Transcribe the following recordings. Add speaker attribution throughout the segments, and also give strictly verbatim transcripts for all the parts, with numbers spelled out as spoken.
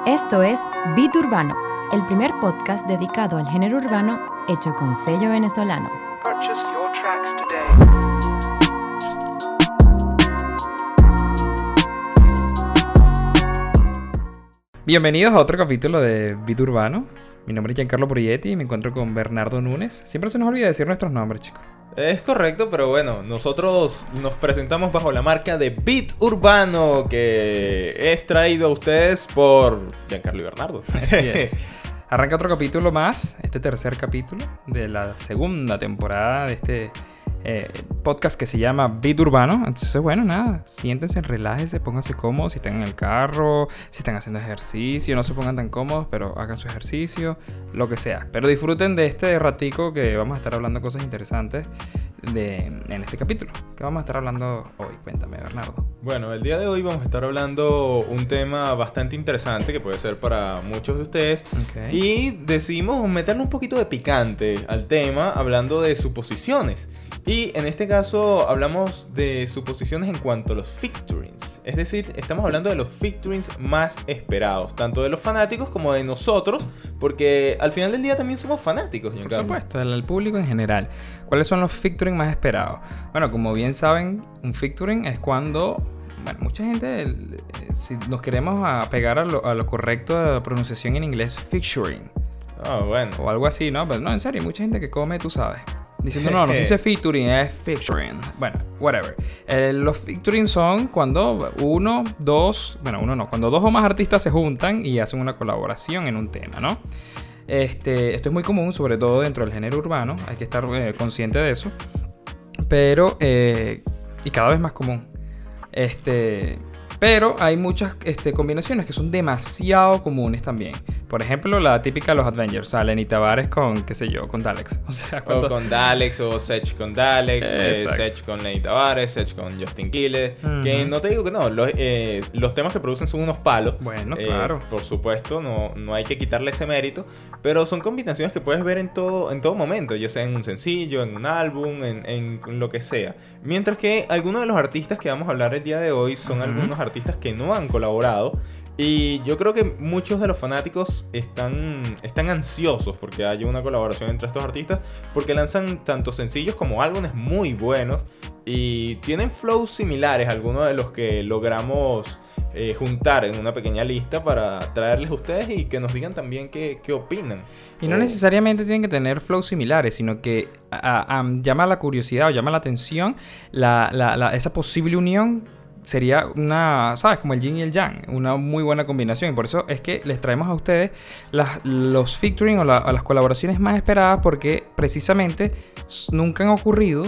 Speaker 1: Esto es Beat Urbano, el primer podcast dedicado al género urbano hecho con sello venezolano.
Speaker 2: Purchase your tracks today.
Speaker 3: Bienvenidos a otro capítulo de Beat Urbano. Mi nombre es Giancarlo Proietti y me encuentro con Bernardo Núñez. Siempre se nos olvida decir nuestros nombres, chicos.
Speaker 4: Es correcto, pero bueno, nosotros nos presentamos bajo la marca de Beat Urbano, que sí. es traído a ustedes por Giancarlo y Bernardo.
Speaker 3: Así es. Arranca otro capítulo más, este tercer capítulo de la segunda temporada de este eh, podcast que se llama Beat Urbano. Entonces, bueno, nada, siéntense, relájense, pónganse cómodos. Si están en el carro, si están haciendo ejercicio, no se pongan tan cómodos, pero hagan su ejercicio, lo que sea. Pero disfruten de este ratico que vamos a estar hablando cosas interesantes de, en este capítulo. ¿Qué vamos a estar hablando hoy? Cuéntame, Bernardo.
Speaker 4: Bueno, el día de hoy vamos a estar hablando un tema bastante interesante que puede ser para muchos de ustedes.
Speaker 3: Okay.
Speaker 4: Y decidimos meterle un poquito de picante al tema hablando de suposiciones. Y en este caso hablamos de suposiciones en cuanto a los featurings. Es decir, estamos hablando de los featurings más esperados, tanto de los fanáticos como de nosotros, porque al final del día también somos fanáticos, Giancarlo.
Speaker 3: Por supuesto, el, el público en general. ¿Cuáles son los featuring más esperados? Bueno, como bien saben, un featuring es cuando... Bueno, mucha gente, el, si nos queremos apegar a lo, a lo correcto de la pronunciación en inglés, featuring.
Speaker 4: Ah, bueno.
Speaker 3: O algo así, ¿no? Pero no, en serio, hay mucha gente que come, tú sabes. Diciendo, no, no se dice featuring, es featuring. Bueno, whatever. Eh, los featuring son cuando uno, dos... Bueno, uno no. Cuando dos o más artistas se juntan y hacen una colaboración en un tema, ¿no? Este, esto es muy común, sobre todo dentro del género urbano. Hay que estar eh, consciente de eso. Pero... Eh, y cada vez más común. Este... Pero hay muchas este, combinaciones que son demasiado comunes también. Por ejemplo, la típica de los Avengers. O sea, Lenny Tavares con, qué sé yo, con Dalex. O sea,
Speaker 4: ¿cuánto? O con Dalex, o Sech con Dalex, eh, Sech con Lenny Tavares, Sech con Justin Quiles. Uh-huh. Que no te digo que no. Los, eh, los temas que producen son unos palos.
Speaker 3: Bueno,
Speaker 4: eh,
Speaker 3: claro.
Speaker 4: Por supuesto, no, no hay que quitarle ese mérito. Pero son combinaciones que puedes ver en todo, en todo momento. Ya sea en un sencillo, en un álbum, en, en lo que sea. Mientras que algunos de los artistas que vamos a hablar el día de hoy son uh-huh. algunos artistas que no han colaborado. Y yo creo que muchos de los fanáticos están, están ansiosos porque haya una colaboración entre estos artistas, porque lanzan tanto sencillos como álbumes muy buenos y tienen flows similares a algunos de los que logramos eh, juntar en una pequeña lista para traerles a ustedes y que nos digan también qué, qué opinan.
Speaker 3: Y no o... necesariamente tienen que tener flows similares, sino que a, a, llama la curiosidad o llama la atención la, la, la, esa posible unión. Sería una, ¿sabes? Como el yin y el yang. Una muy buena combinación. Y por eso es que les traemos a ustedes las, los featuring o, la, o las colaboraciones más esperadas, porque precisamente nunca han ocurrido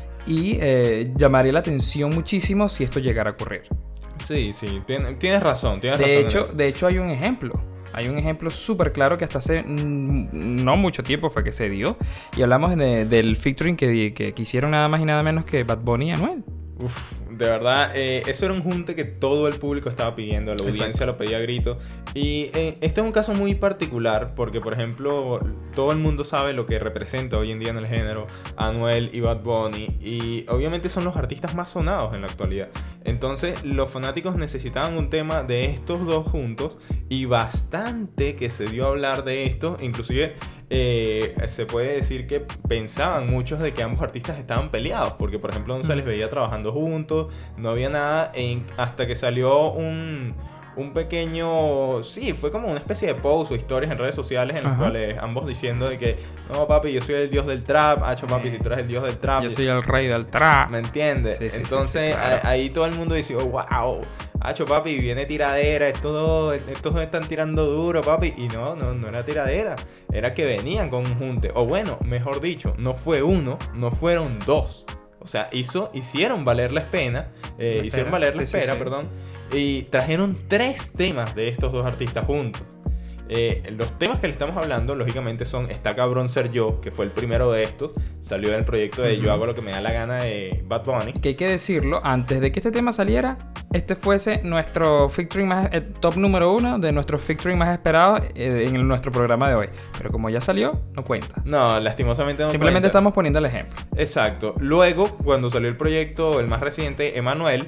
Speaker 3: y eh, llamaría la atención muchísimo si esto llegara a ocurrir.
Speaker 4: Sí, sí. Tien, tienes razón. Tienes
Speaker 3: de,
Speaker 4: razón
Speaker 3: hecho, de hecho, hay un ejemplo. Hay un ejemplo súper claro que hasta hace mm, no mucho tiempo fue que se dio. Y hablamos de, del featuring que, que, que hicieron nada más y nada menos que Bad Bunny y Anuel.
Speaker 4: Uf, de verdad, eh, eso era un junte que todo el público estaba pidiendo, la audiencia Exacto. lo pedía a grito. Y eh, este es un caso muy particular porque, por ejemplo, todo el mundo sabe lo que representa hoy en día en el género Anuel y Bad Bunny. Y obviamente son los artistas más sonados en la actualidad. Entonces, los fanáticos necesitaban un tema de estos dos juntos y bastante que se dio a hablar de esto. Inclusive... Eh, se puede decir que pensaban muchos de que ambos artistas estaban peleados, porque por ejemplo no se les veía trabajando juntos, no había nada, en, hasta que salió un, un pequeño, sí, fue como una especie de post o historias en redes sociales en las cuales ambos diciendo de que no papi, yo soy el dios del trap, hacho papi, si tú eres el dios del trap,
Speaker 3: yo soy el rey del trap,
Speaker 4: ¿me entiendes?
Speaker 3: Sí, sí,
Speaker 4: entonces
Speaker 3: sí, sí, claro.
Speaker 4: a, ahí todo el mundo dice, oh, wow, hacho papi, viene tiradera, estos dos, estos dos están tirando duro, papi. Y no, no, no era tiradera. Era que venían con un junte. O bueno, mejor dicho, no fue uno, no fueron dos. O sea, hizo, hicieron valer la pena. Eh, la hicieron valer la sí, espera, sí, sí. perdón. Y trajeron tres temas de estos dos artistas juntos. Eh, los temas que le estamos hablando, lógicamente, son Está Cabrón Ser Yo, que fue el primero de estos. Salió en el proyecto de uh-huh. Yo Hago Lo Que Me Da La Gana de Bad Bunny.
Speaker 3: Que hay que decirlo, antes de que este tema saliera, este fuese nuestro featuring más, eh, top número uno de nuestros featuring más esperados eh, en el, nuestro programa de hoy. Pero como ya salió, no cuenta.
Speaker 4: No, lastimosamente no
Speaker 3: Simplemente
Speaker 4: cuenta.
Speaker 3: Estamos poniendo el ejemplo.
Speaker 4: Exacto. Luego, cuando salió el proyecto, el más reciente, Emanuel,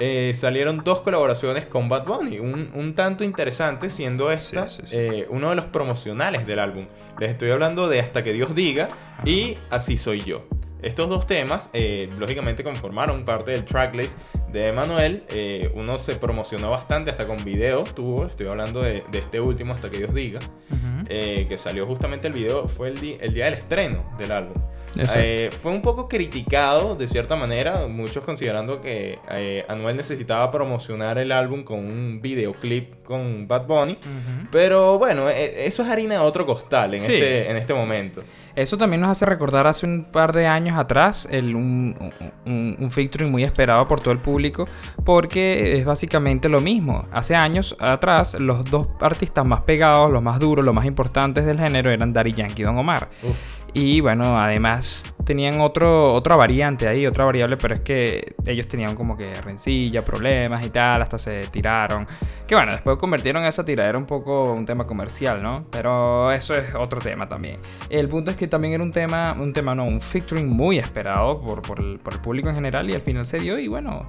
Speaker 4: eh, salieron dos colaboraciones con Bad Bunny. Un, un tanto interesante, siendo esta sí, sí, sí. Eh, uno de los promocionales del álbum. Les estoy hablando de Hasta que Dios diga y Así soy yo. Estos dos temas, eh, lógicamente, conformaron parte del tracklist de Emmanuel. Eh, uno se promocionó bastante, hasta con video tuvo. Estoy hablando de, de este último, Hasta que Dios diga. Uh-huh. eh, que salió justamente el video, fue el, di- el día del estreno del álbum. Eh, fue un poco criticado, de cierta manera, muchos considerando que eh, Anuel necesitaba promocionar el álbum con un videoclip con Bad Bunny. Uh-huh. Pero bueno, eh, eso es harina de otro costal en, sí. este, en este momento.
Speaker 3: Eso también nos hace recordar hace un par de años atrás el, un, un, un featuring muy esperado por todo el público, porque es básicamente lo mismo. Hace años atrás, los dos artistas más pegados, los más duros, los más importantes del género eran Daddy Yankee y Don Omar. Uf. Y bueno, además tenían otro, otra variante ahí, otra variable, pero es que ellos tenían como que rencilla, problemas y tal, hasta se tiraron. Que bueno, después convirtieron esa tiradera un poco un tema comercial, ¿no? Pero eso es otro tema también. El punto es que también era un tema, un tema no, un featuring muy esperado por, por, el, por el público en general, y al final se dio y bueno,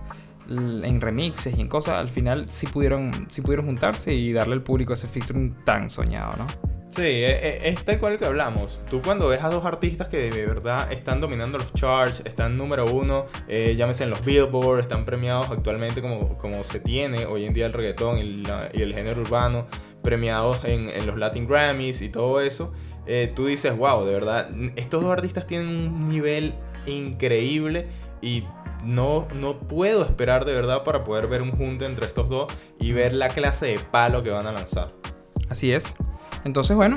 Speaker 3: en remixes y en cosas, al final sí pudieron, sí pudieron juntarse y darle al público ese featuring tan soñado, ¿no?
Speaker 4: Sí, es tal cual que hablamos. Tú cuando ves a dos artistas que de verdad están dominando los charts, están número uno, eh, llámese en los Billboard, están premiados actualmente como, como se tiene hoy en día el reggaetón y, la, y el género urbano, premiados en, en los Latin Grammys y todo eso, eh, tú dices, wow, de verdad, estos dos artistas tienen un nivel increíble y no, no puedo esperar de verdad para poder ver un junte entre estos dos y ver la clase de palo que van a lanzar.
Speaker 3: Así es. Entonces, bueno,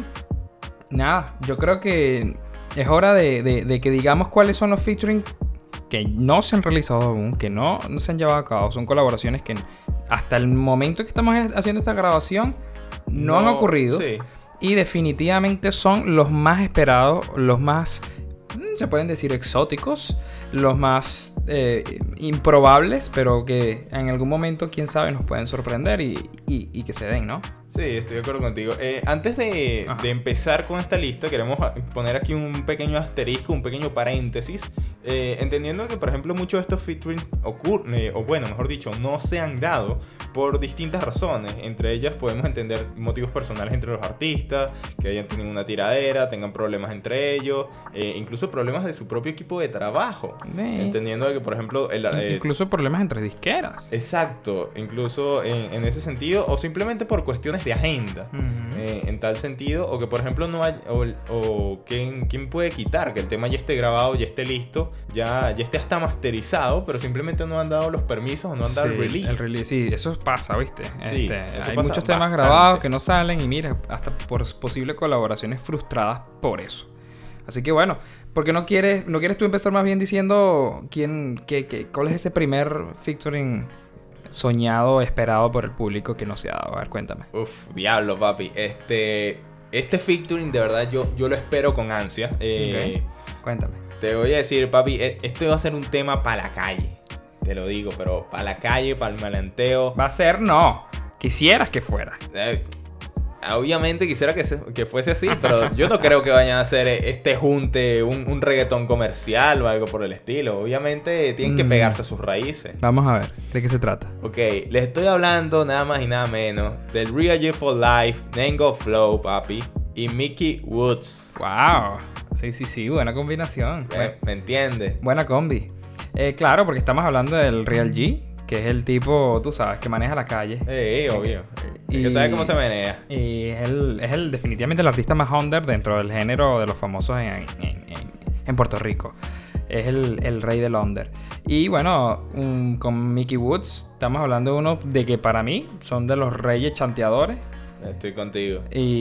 Speaker 3: nada, yo creo que es hora de, de, de que digamos cuáles son los featuring que no se han realizado aún, que no, no se han llevado a cabo. Son colaboraciones que hasta el momento que estamos haciendo esta grabación no, no han ocurrido. Sí. Y definitivamente son los más esperados, los más, se pueden decir, exóticos, los más eh, improbables, pero que en algún momento, quién sabe, nos pueden sorprender y, y, y que se den, ¿no?
Speaker 4: Sí, estoy de acuerdo contigo. Eh, antes de, de empezar con esta lista, queremos poner aquí un pequeño asterisco, un pequeño paréntesis, eh, entendiendo que, por ejemplo, muchos de estos featuring ocurren, eh, o bueno, mejor dicho, no se han dado por distintas razones. Entre ellas podemos entender motivos personales entre los artistas, que hayan tenido una tiradera, tengan problemas entre ellos, eh, incluso problemas de su propio equipo de trabajo. Sí. Entendiendo que, por ejemplo... El, eh,
Speaker 3: incluso problemas entre disqueras.
Speaker 4: Exacto, incluso en, en ese sentido, o simplemente por cuestiones de agenda, uh-huh. eh, en tal sentido, o que por ejemplo no hay, o, o ¿quién, quién puede quitar que el tema ya esté grabado, ya esté listo, ya, ya esté hasta masterizado, pero simplemente no han dado los permisos o no han dado
Speaker 3: sí,
Speaker 4: el release.
Speaker 3: El release, sí, eso pasa, ¿viste?
Speaker 4: Sí,
Speaker 3: este,
Speaker 4: eso
Speaker 3: hay
Speaker 4: pasa
Speaker 3: muchos temas
Speaker 4: bastante.
Speaker 3: grabados que no salen y mira, hasta por posibles colaboraciones frustradas por eso. Así que bueno, ¿por qué no quieres, no quieres tú empezar más bien diciendo quién, qué, qué, cuál es ese primer featuring soñado, esperado por el público que no se ha dado? A ver, cuéntame.
Speaker 4: Uf, diablo, papi. Este, este featuring de verdad yo, yo lo espero con ansia. Eh,
Speaker 3: okay. Cuéntame.
Speaker 4: Te voy a decir, papi, este va a ser un tema para la calle. Te lo digo, pero para la calle, para el malanteo.
Speaker 3: Va a ser, no. Quisieras que fuera.
Speaker 4: Eh, Obviamente quisiera que, se, que fuese así, pero yo no creo que vayan a hacer este junte, un, un reggaetón comercial o algo por el estilo. Obviamente tienen mm. que pegarse a sus raíces.
Speaker 3: Vamos a ver, ¿de qué se trata?
Speaker 4: Ok, les estoy hablando nada más y nada menos del Real G for Life, Nengo Flow, papi, y Mickey Woods.
Speaker 3: Wow, sí, sí, sí, buena combinación.
Speaker 4: ¿Me, ¿me entiendes?
Speaker 3: Buena combi. Eh, claro, porque estamos hablando del Real G, que es el tipo, tú sabes, que maneja la calle.
Speaker 4: Sí, obvio. Y que sabe cómo se maneja.
Speaker 3: Y es, el, es el, definitivamente el artista más under dentro del género de los famosos en, en, en, en Puerto Rico. Es el, el rey del under. Y bueno, um, con Mickey Woods estamos hablando de uno de que para mí son de los reyes chanteadores.
Speaker 4: Estoy contigo.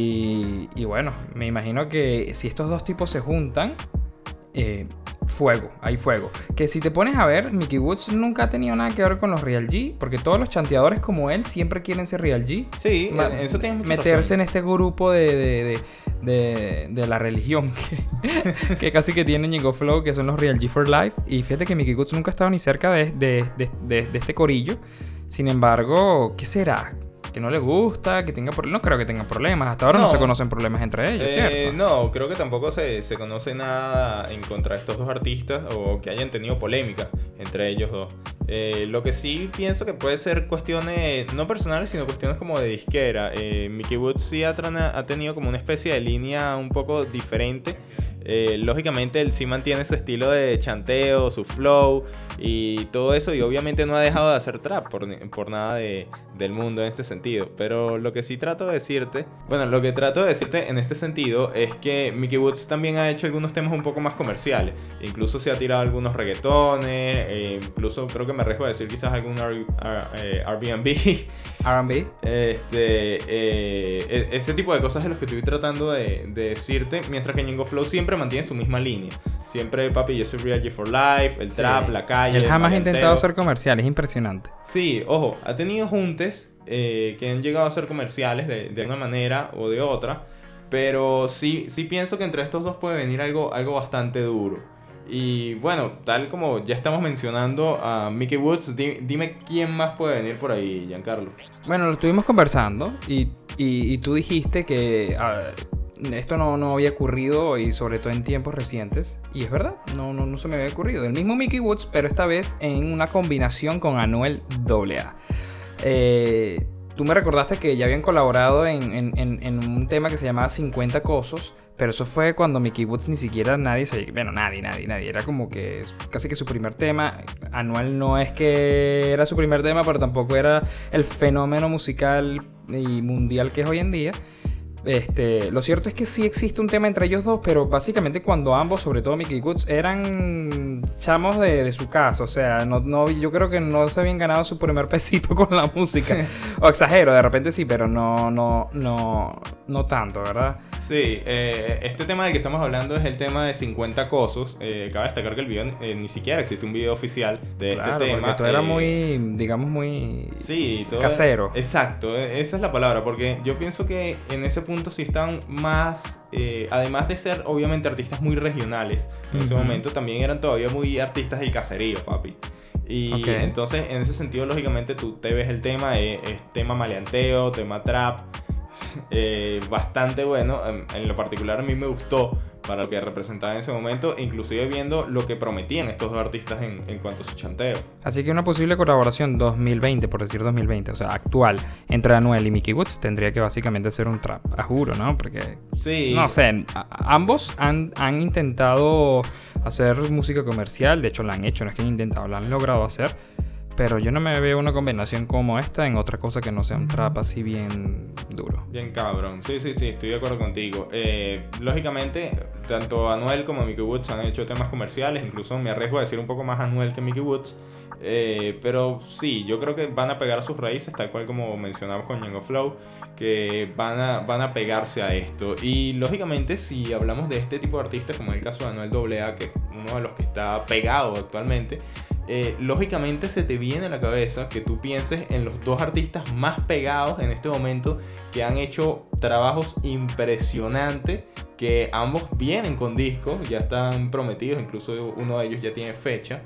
Speaker 3: Y, y bueno, me imagino que si estos dos tipos se juntan, eh, fuego, hay fuego. Que si te pones a ver, Mickey Woods nunca ha tenido nada que ver con los Real G, porque todos los chanteadores como él siempre quieren ser Real G.
Speaker 4: Sí, Ma- eso tiene mucha
Speaker 3: meterse
Speaker 4: razón.
Speaker 3: en este grupo de, de, de, de, de la religión que, que casi que tiene Ñengo Flow, que son los Real G for Life. Y fíjate que Mickey Woods nunca ha estado ni cerca de, de, de, de, de este corillo. Sin embargo, ¿qué será? que no le gusta, que tenga problemas. No creo que tengan problemas. Hasta ahora no, no se conocen problemas entre ellos,
Speaker 4: eh,
Speaker 3: ¿cierto?
Speaker 4: No, creo que tampoco se, se conoce nada en contra de estos dos artistas o que hayan tenido polémica entre ellos dos. Eh, lo que sí pienso que puede ser cuestiones, no personales, sino cuestiones como de disquera. Eh, Mickey Woods sí ha, tra- ha tenido como una especie de línea un poco diferente. Eh, lógicamente él sí mantiene su estilo de chanteo, su flow y todo eso, y obviamente no ha dejado de hacer trap por, por nada de, del mundo en este sentido. Pero lo que sí trato de decirte, bueno, lo que trato de decirte en este sentido es que Mickey Woods también ha hecho algunos temas un poco más comerciales. Incluso se ha tirado algunos reggaetones, eh, incluso creo que me arriesgo a decir quizás algún R- R- eh, Airbnb.
Speaker 3: R and B.
Speaker 4: Este, eh, ese tipo de cosas es lo que estoy tratando de, de decirte, mientras que Ñengo Flow siempre mantiene su misma línea. Siempre, papi, yo soy Real G for Life, el
Speaker 3: Sí.
Speaker 4: trap, la calle.
Speaker 3: Él jamás ha
Speaker 4: maleanteo.
Speaker 3: intentado ser comercial, es impresionante.
Speaker 4: Sí, ojo, ha tenido juntes eh, que han llegado a ser comerciales de, de una manera o de otra, pero sí, sí pienso que entre estos dos puede venir algo, algo bastante duro. Y bueno, tal como ya estamos mencionando a Mickey Woods, di, dime quién más puede venir por ahí, Giancarlo.
Speaker 3: Bueno, lo estuvimos conversando y, y, y tú dijiste que uh, esto no, no había ocurrido, y sobre todo en tiempos recientes. Y es verdad, no, no, no se me había ocurrido. El mismo Mickey Woods, pero esta vez en una combinación con Anuel doble A. Eh, tú me recordaste que ya habían colaborado en, en, en, en un tema que se llamaba cincuenta Cosos. Pero eso fue cuando Mickey Woods ni siquiera nadie se... Bueno, nadie, nadie, nadie. Era como que casi que su primer tema. Anuel no es que era su primer tema, pero tampoco era el fenómeno musical y mundial que es hoy en día. Este, lo cierto es que sí existe un tema entre ellos dos, pero básicamente cuando ambos, sobre todo Mickey Woods, eran chamos de, de su casa. O sea, no, no, yo creo que no se habían ganado su primer pesito con la música. O exagero, de repente sí, pero no, no, no, no tanto, ¿verdad?
Speaker 4: Sí, eh, este tema del que estamos hablando es el tema de cincuenta Cosos. Eh, cabe destacar que el video eh, ni siquiera existe un video oficial de
Speaker 3: Claro,
Speaker 4: este tema.
Speaker 3: porque todo era
Speaker 4: eh,
Speaker 3: muy, digamos, muy
Speaker 4: sí, todo
Speaker 3: casero.
Speaker 4: Exacto, esa es la palabra, porque yo pienso que en ese punto sí están más, eh, además de ser obviamente artistas muy regionales, en ese
Speaker 3: Ujú.
Speaker 4: momento también eran todavía muy artistas del caserío, papi. Y
Speaker 3: Ok.
Speaker 4: entonces en ese sentido lógicamente tú te ves el tema, eh, es tema maleanteo, tema trap. Eh, bastante bueno, en, en lo particular a mí me gustó para lo que representaba en ese momento, inclusive viendo lo que prometían estos dos artistas en, en cuanto a su chanteo.
Speaker 3: Así que una posible colaboración dos mil veinte, por decir dos mil veinte, o sea, actual, entre Anuel y Mickey Woods tendría que básicamente ser un trap, a juro, ¿no? Porque,
Speaker 4: Sí.
Speaker 3: no sé, a- ambos han, han intentado hacer música comercial, de hecho la han hecho, no es que han intentado, la han logrado hacer, pero yo no me veo una combinación como esta en otra cosa que no sea un trap así bien duro.
Speaker 4: Bien cabrón, sí, sí, sí, estoy de acuerdo contigo. Eh, lógicamente, tanto Anuel como Mickey Woods han hecho temas comerciales, incluso me arriesgo a decir un poco más Anuel que Mickey Woods. Eh, pero sí, yo creo que van a pegar a sus raíces, tal cual como mencionamos con Ñengo Flow, que van a, van a pegarse a esto. Y lógicamente, si hablamos de este tipo de artistas, como es el caso de Anuel doble A, que es uno de los que está pegado actualmente, eh, lógicamente se te viene a la cabeza que tú pienses en los dos artistas más pegados en este momento, que han hecho trabajos impresionantes, que ambos vienen con discos, ya están prometidos, incluso uno de ellos ya tiene fecha.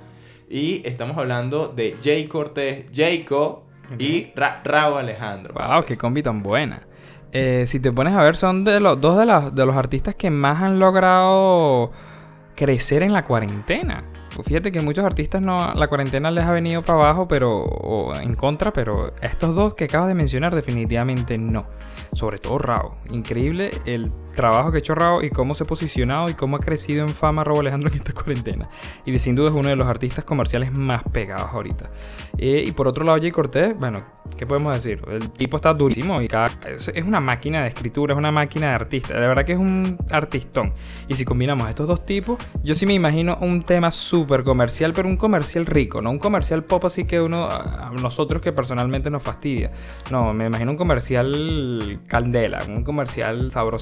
Speaker 4: Y estamos hablando de Jay Cortés, Jayco y Ra- Rauw Alejandro.
Speaker 3: Wow, qué combi tan buena. Eh, si te pones a ver, son de los dos de, las- de los artistas que más han logrado crecer en la cuarentena. Pues fíjate que muchos artistas no, la cuarentena les ha venido para abajo, pero o en contra, pero estos dos que acabas de mencionar definitivamente no. Sobre todo Rauw. Increíble el trabajo que ha hecho Rauw y cómo se ha posicionado y cómo ha crecido en fama Rauw Alejandro en esta cuarentena. Y sin duda es uno de los artistas comerciales más pegados ahorita. Eh, y por otro lado, Jay Cortés, bueno, ¿qué podemos decir? El tipo está durísimo y cada, es, es una máquina de escritura, es una máquina de artista. De verdad que es un artistón. Y si combinamos a estos dos tipos, yo sí me imagino un tema súper comercial, pero un comercial rico, no un comercial pop así que uno, a nosotros que personalmente nos fastidia. No, me imagino un comercial candela, un comercial sabrosón.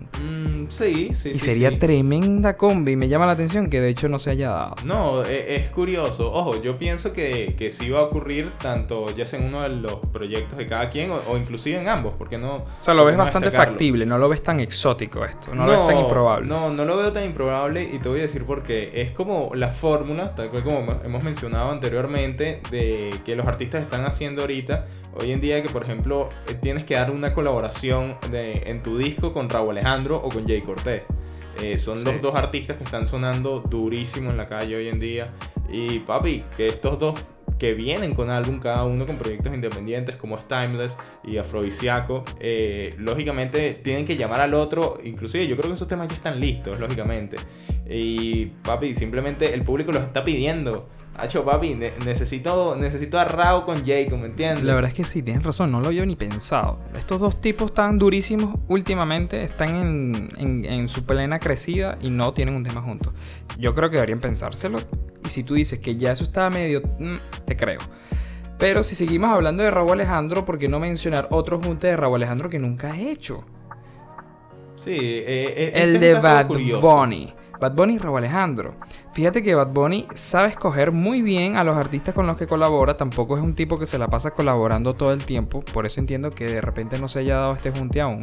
Speaker 4: Mm, sí, sí,
Speaker 3: y
Speaker 4: sí.
Speaker 3: sería
Speaker 4: sí.
Speaker 3: tremenda combi. Me llama la atención que de hecho no se haya dado.
Speaker 4: No, e- es curioso. Ojo, yo pienso que, que sí va a ocurrir tanto ya sea en uno de los proyectos de cada quien o, o inclusive en ambos, porque no...
Speaker 3: O sea, lo
Speaker 4: por
Speaker 3: ves
Speaker 4: qué no
Speaker 3: bastante
Speaker 4: destacarlo?
Speaker 3: factible, no lo ves tan exótico esto, no, lo ves tan improbable.
Speaker 4: No, no lo veo tan improbable y te voy a decir por qué. Es como la fórmula, tal cual como hemos mencionado anteriormente, de que los artistas están haciendo ahorita. Hoy en día que, por ejemplo, eh, tienes que dar una colaboración de, en tu disco con Rauw Alejandro o con Jay Cortés. Eh, son
Speaker 3: Sí.
Speaker 4: los dos artistas que están sonando durísimo en la calle hoy en día. Y papi, que estos dos que vienen con álbum, cada uno con proyectos independientes como es Timeless y Afrodisíaco, eh, lógicamente tienen que llamar al otro. Inclusive yo creo que esos temas ya están listos, lógicamente. Y papi, simplemente el público los está pidiendo. Hacho, papi, ne- necesito, necesito a Rauw con Jay, ¿me entiendes?
Speaker 3: La verdad es que sí, tienes razón, no lo había ni pensado. Estos dos tipos tan durísimos últimamente están en, en, en su plena crecida y no tienen un tema juntos. Yo creo que deberían pensárselo. Y si tú dices que ya eso está medio... mm, te creo. Pero si seguimos hablando de Rauw Alejandro, ¿por qué no mencionar otro junte de Rauw Alejandro que nunca ha hecho?
Speaker 4: Sí, eh, eh,
Speaker 3: El
Speaker 4: este
Speaker 3: de
Speaker 4: es un caso
Speaker 3: Bad
Speaker 4: curioso.
Speaker 3: Bunny. Bad Bunny y Rauw Alejandro. Fíjate que Bad Bunny sabe escoger muy bien a los artistas con los que colabora. Tampoco es un tipo que se la pasa colaborando todo el tiempo. Por eso entiendo que de repente no se haya dado este junte aún.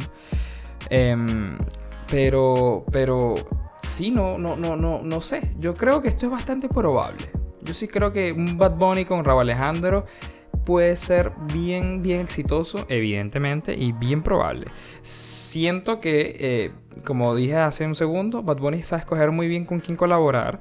Speaker 3: Em, pero, pero sí, no, no, no, no, no sé. Yo creo que esto es bastante probable. Yo sí creo que un Bad Bunny con Rauw Alejandro puede ser bien, bien exitoso, evidentemente, y bien probable. Siento que, eh, como dije hace un segundo, Bad Bunny sabe escoger muy bien con quién colaborar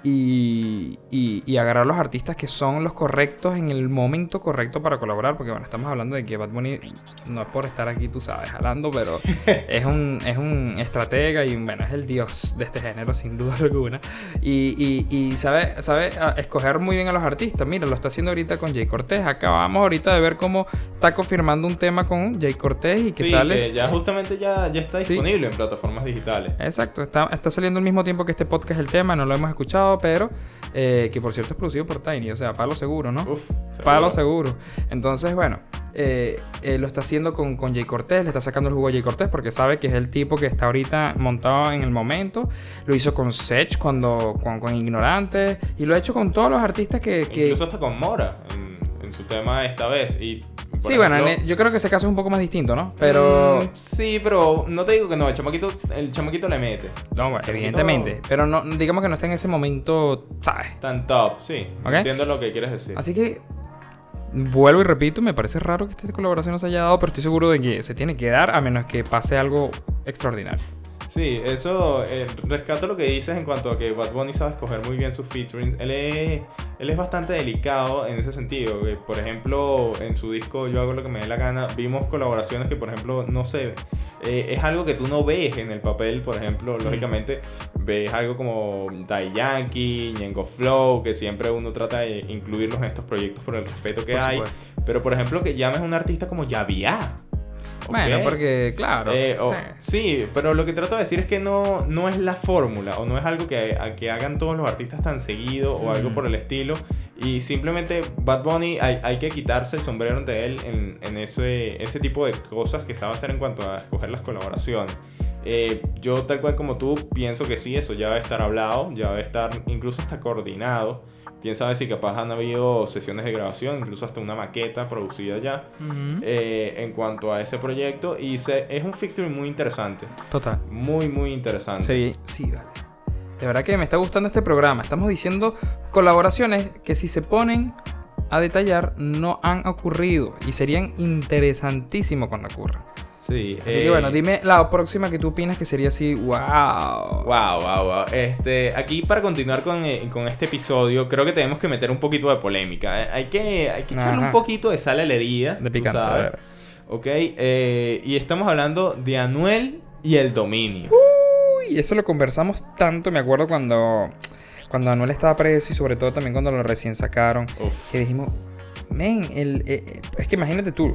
Speaker 3: y, y, y agarrar los artistas que son los correctos en el momento correcto para colaborar. Porque, bueno, estamos hablando de que Bad Bunny no es por estar aquí, tú sabes, jalando, pero es un, es un estratega y, bueno, es el dios de este género, sin duda alguna. Y, y, y sabe, sabe a- escoger muy bien a los artistas. Mira, lo está haciendo ahorita con Jay Cortés. Acabamos ahorita de ver cómo está confirmando un tema con Jay Cortés y que
Speaker 4: Sí,
Speaker 3: sale...
Speaker 4: que ya justamente ya, ya está
Speaker 3: Sí.
Speaker 4: disponible en plataformas digitales.
Speaker 3: Exacto, está, está saliendo al mismo tiempo que este podcast el tema, no lo hemos escuchado, pero eh, que por cierto es producido por Tiny, o sea, palo seguro, ¿no?
Speaker 4: Uf,
Speaker 3: Palo seguro. Entonces, bueno, eh, eh, lo está haciendo con, con Jay Cortés, le está sacando el jugo a Jay Cortés porque sabe que es el tipo que está ahorita montado en el momento. Lo hizo con Sech cuando, con, con Ignorantes y lo ha hecho con todos los artistas que... que...
Speaker 4: Incluso hasta con Mora en, en su tema esta vez. Y, por
Speaker 3: Sí, bueno,
Speaker 4: ejemplo,
Speaker 3: en el- yo creo que ese caso es un poco más distinto, ¿no? Pero...
Speaker 4: mm, sí, pero no te digo que no, el chamaquito, el chamaquito le mete.
Speaker 3: No, bueno,
Speaker 4: Chamaquito
Speaker 3: evidentemente. Pero no, digamos que no está en ese momento, ¿sabes?
Speaker 4: Tan top, sí.
Speaker 3: Ok.
Speaker 4: Entiendo lo que quieres decir.
Speaker 3: Así que, vuelvo y repito, me parece raro que esta colaboración no se haya dado, pero estoy seguro de que se tiene que dar a menos que pase algo extraordinario.
Speaker 4: Sí, eso, eh, rescato lo que dices en cuanto a que Bad Bunny sabe escoger muy bien sus featurings. Él es, él es bastante delicado en ese sentido. Que, por ejemplo, en su disco Yo Hago Lo Que Me Dé La Gana, vimos colaboraciones que, por ejemplo, no sé, eh, es algo que tú no ves en el papel. Por ejemplo, lógicamente, ves algo como Daddy Yankee, Ñengo Flow, que siempre uno trata de incluirlos en estos proyectos por el respeto que
Speaker 3: Por
Speaker 4: hay.
Speaker 3: supuesto.
Speaker 4: Pero, por ejemplo, que llames a un artista como Yaviá.
Speaker 3: Bueno,
Speaker 4: Ok.
Speaker 3: porque, claro.
Speaker 4: Eh, o-
Speaker 3: sí.
Speaker 4: sí, pero lo que trato de decir es que no, no es la fórmula o no es algo que, a- que hagan todos los artistas tan seguido o algo
Speaker 3: Mm.
Speaker 4: por el estilo. Y simplemente Bad Bunny hay, hay que quitarse el sombrero ante él en, en ese, ese tipo de cosas que sabe hacer en cuanto a escoger las colaboraciones. Eh, yo tal cual como tú pienso que sí, eso ya debe estar hablado, ya debe estar incluso hasta coordinado. Quién sabe si capaz han habido sesiones de grabación, incluso hasta una maqueta producida ya.
Speaker 3: Ujú.
Speaker 4: Eh, en cuanto a ese proyecto y se, es un featuring muy interesante,
Speaker 3: Total.
Speaker 4: muy muy interesante.
Speaker 3: Sí, sí, vale. De verdad que me está gustando este programa. Estamos diciendo colaboraciones que si se ponen a detallar no han ocurrido y serían interesantísimos cuando ocurran.
Speaker 4: Sí,
Speaker 3: Así
Speaker 4: eh,
Speaker 3: que bueno, dime la próxima que tú opinas que sería así, wow.
Speaker 4: Wow, wow, wow. Este, aquí para continuar con, eh, con este episodio, creo que tenemos que meter un poquito de polémica. Eh, Hay que, hay que echarle
Speaker 3: Ajá.
Speaker 4: un poquito de sal a la herida.
Speaker 3: De
Speaker 4: tú
Speaker 3: picante, a
Speaker 4: sabes.
Speaker 3: ver.
Speaker 4: Ok, eh, y estamos hablando de Anuel y el dominio.
Speaker 3: Uy, eso lo conversamos tanto, me acuerdo cuando, cuando Anuel estaba preso y sobre todo también cuando lo recién sacaron.
Speaker 4: Uf.
Speaker 3: Que dijimos, men, el, eh, eh, es que imagínate tú.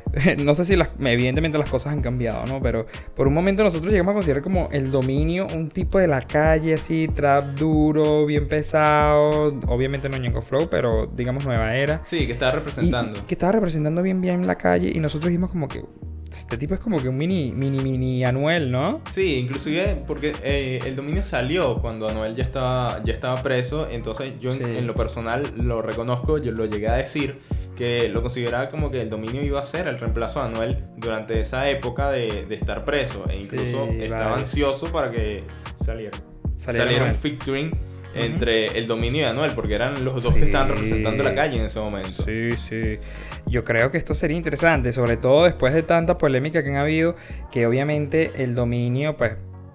Speaker 3: No sé si las, evidentemente las cosas han cambiado, ¿no? Pero por un momento nosotros llegamos a considerar como el dominio un tipo de la calle así, trap duro, bien pesado. Obviamente no Ñengo Flow, pero digamos nueva era.
Speaker 4: Sí, que está
Speaker 3: Y,
Speaker 4: representando.
Speaker 3: y que estaba representando bien bien la calle y nosotros dijimos como que, este tipo es como que un mini, mini, mini Anuel, ¿no?
Speaker 4: Sí, inclusive porque eh, el dominio salió cuando Anuel ya estaba, ya estaba preso. Entonces yo en,
Speaker 3: Sí.
Speaker 4: en lo personal lo reconozco, yo lo llegué a decir, que lo consideraba como que el dominio iba a ser el reemplazo de Anuel durante esa época de, de estar preso. E incluso
Speaker 3: Sí,
Speaker 4: estaba
Speaker 3: vale.
Speaker 4: ansioso para que saliera,
Speaker 3: Saliera
Speaker 4: saliera un
Speaker 3: Anuel.
Speaker 4: featuring entre el dominio y Anuel, porque eran los dos
Speaker 3: Sí.
Speaker 4: que estaban representando la calle en ese momento.
Speaker 3: Sí, sí. Yo creo que esto sería interesante, sobre todo después de tanta polémica que han habido, que obviamente el dominio, pues,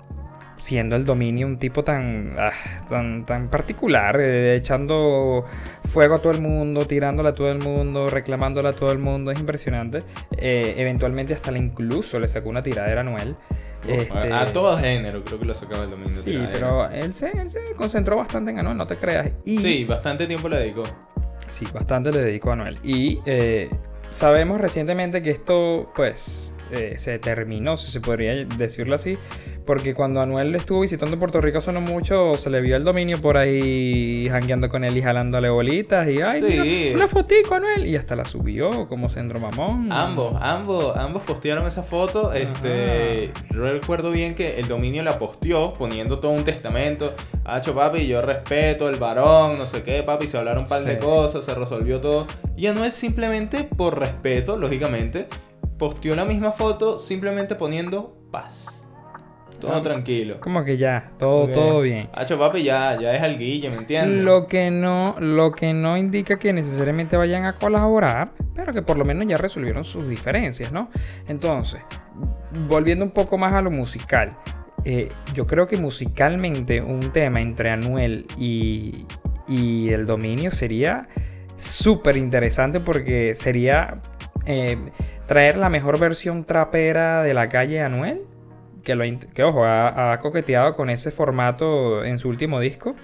Speaker 3: siendo el dominio un tipo tan, ah, tan, tan particular, eh, echando fuego a todo el mundo, tirándole a todo el mundo, reclamándole a todo el mundo, es impresionante. Eh, eventualmente hasta le incluso le sacó una tiradera a Anuel.
Speaker 4: Uf, a, a todo género creo que lo sacaba el dominio.
Speaker 3: Sí,
Speaker 4: tiradera.
Speaker 3: pero él se, él se concentró bastante en Anuel, no te creas. Y
Speaker 4: Sí, bastante tiempo le dedicó.
Speaker 3: sí, bastante le dedico a Anuel. Y eh, sabemos recientemente que esto, pues, eh, se terminó, si se podría decirlo así, porque cuando Anuel estuvo visitando Puerto Rico hace no mucho, se le vio el dominio por ahí jangueando con él y jalándole bolitas y ¡ay,
Speaker 4: Sí.
Speaker 3: mira, una fotico Anuel! Y hasta la subió como centro mamón.
Speaker 4: Ambos, ambos, ambos postearon esa foto. Este, yo recuerdo bien que el dominio la posteó poniendo todo un testamento. Hacho, papi, yo respeto el varón, no sé qué, papi, se hablaron un par de
Speaker 3: Sí.
Speaker 4: cosas, se resolvió todo. Y Anuel simplemente, por respeto, lógicamente, posteó la misma foto simplemente poniendo paz. Todo
Speaker 3: Ah,
Speaker 4: tranquilo.
Speaker 3: Como que ya, todo,
Speaker 4: Ok.
Speaker 3: todo bien.
Speaker 4: Hacho, papi, ya, ya es alguille, ¿me entiendes?
Speaker 3: Lo que no, lo que no indica que necesariamente vayan a colaborar, pero que por lo menos ya resolvieron sus diferencias, ¿no? Entonces, volviendo un poco más a lo musical, eh, yo creo que musicalmente un tema entre Anuel y, y el dominio sería súper interesante porque sería eh, traer la mejor versión trapera de la calle de Anuel. Que, lo, int- que ojo, ha, ha coqueteado con ese formato en su último disco.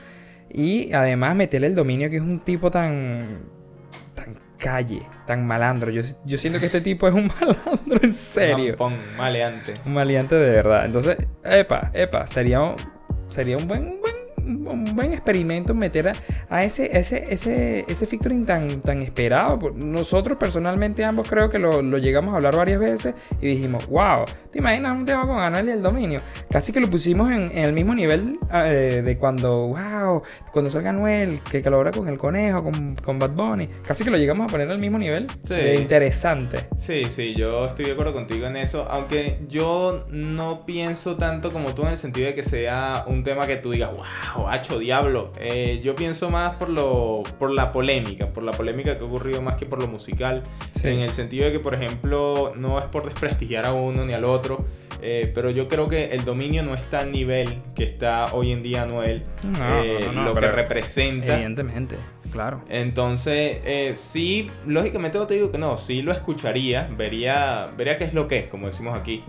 Speaker 3: Y además meterle el dominio, que es un tipo tan tan calle, tan malandro. Yo, yo siento que este tipo es un malandro en serio.
Speaker 4: Mampón, maleante.
Speaker 3: Un maleante de verdad. Entonces, epa, epa, sería un, sería un buen, un buen, un buen experimento meter a, a ese, ese, ese, ese featuring tan, tan esperado. Nosotros personalmente ambos creo que lo, lo llegamos a hablar varias veces y dijimos, wow, ¿te imaginas un tema con Anuel y el dominio? Casi que lo pusimos en, en el mismo nivel eh, de cuando, wow, cuando salga Anuel, que colabora con El Conejo, con, con Bad Bunny. Casi que lo llegamos a poner al mismo nivel.
Speaker 4: Sí.
Speaker 3: De interesante.
Speaker 4: Sí, sí, yo estoy de acuerdo contigo en eso, aunque yo no pienso tanto como tú en el sentido de que sea un tema que tú digas, wow, hacho, diablo. Eh, yo pienso más por lo por la polémica, por la polémica que ha ocurrido más que por lo musical,
Speaker 3: Sí.
Speaker 4: en el sentido de que, por ejemplo, no es por desprestigiar a uno ni al otro, eh, pero yo creo que el dominio no está al nivel que está hoy en día Anuel,
Speaker 3: No,
Speaker 4: eh,
Speaker 3: no, no,
Speaker 4: lo que
Speaker 3: pero
Speaker 4: representa.
Speaker 3: Evidentemente, claro.
Speaker 4: Entonces, eh, sí, lógicamente no te digo que no, sí lo escucharía, vería, vería qué es lo que es, como decimos aquí.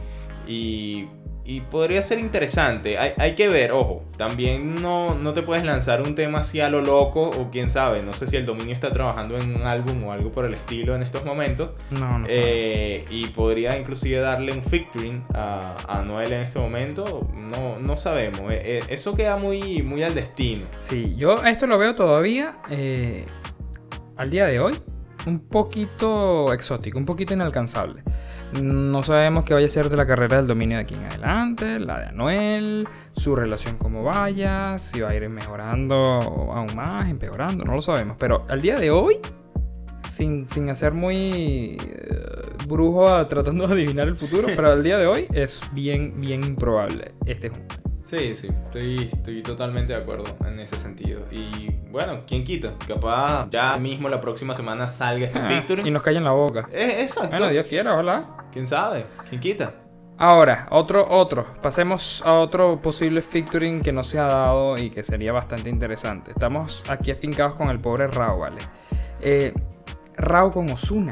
Speaker 4: Y, y podría ser interesante. Hay, hay que ver, ojo, también no, no te puedes lanzar un tema así a lo loco, o quién sabe, no sé si el dominio está trabajando en un álbum o algo por el estilo en estos momentos.
Speaker 3: No, no.
Speaker 4: Eh, y podría inclusive darle un featuring a, a Anuel en este momento, no, no sabemos. Eh, eh, eso queda muy, muy al destino.
Speaker 3: Sí, yo esto lo veo todavía eh, al día de hoy un poquito exótico, un poquito inalcanzable. No sabemos qué vaya a ser de la carrera del dominio de aquí en adelante, la de Anuel, su relación cómo vaya, si va a ir mejorando aún más, empeorando, no lo sabemos. Pero al día de hoy, sin, sin hacer muy eh, brujo a- tratando de adivinar el futuro, pero al día de hoy es bien, bien improbable este junte.
Speaker 4: Sí, sí, estoy, estoy totalmente de acuerdo en ese sentido. Y bueno, ¿quién quita? Capaz ya mismo la próxima semana salga este
Speaker 3: Ah,
Speaker 4: featuring.
Speaker 3: y nos callan la boca.
Speaker 4: Eh, exacto.
Speaker 3: Bueno, Dios quiera, ojalá.
Speaker 4: ¿Quién sabe? ¿Quién quita?
Speaker 3: Ahora, otro, otro. Pasemos a otro posible featuring que no se ha dado y que sería bastante interesante. Estamos aquí afincados con el pobre Rauw, ¿vale? Eh, Rauw con Ozuna.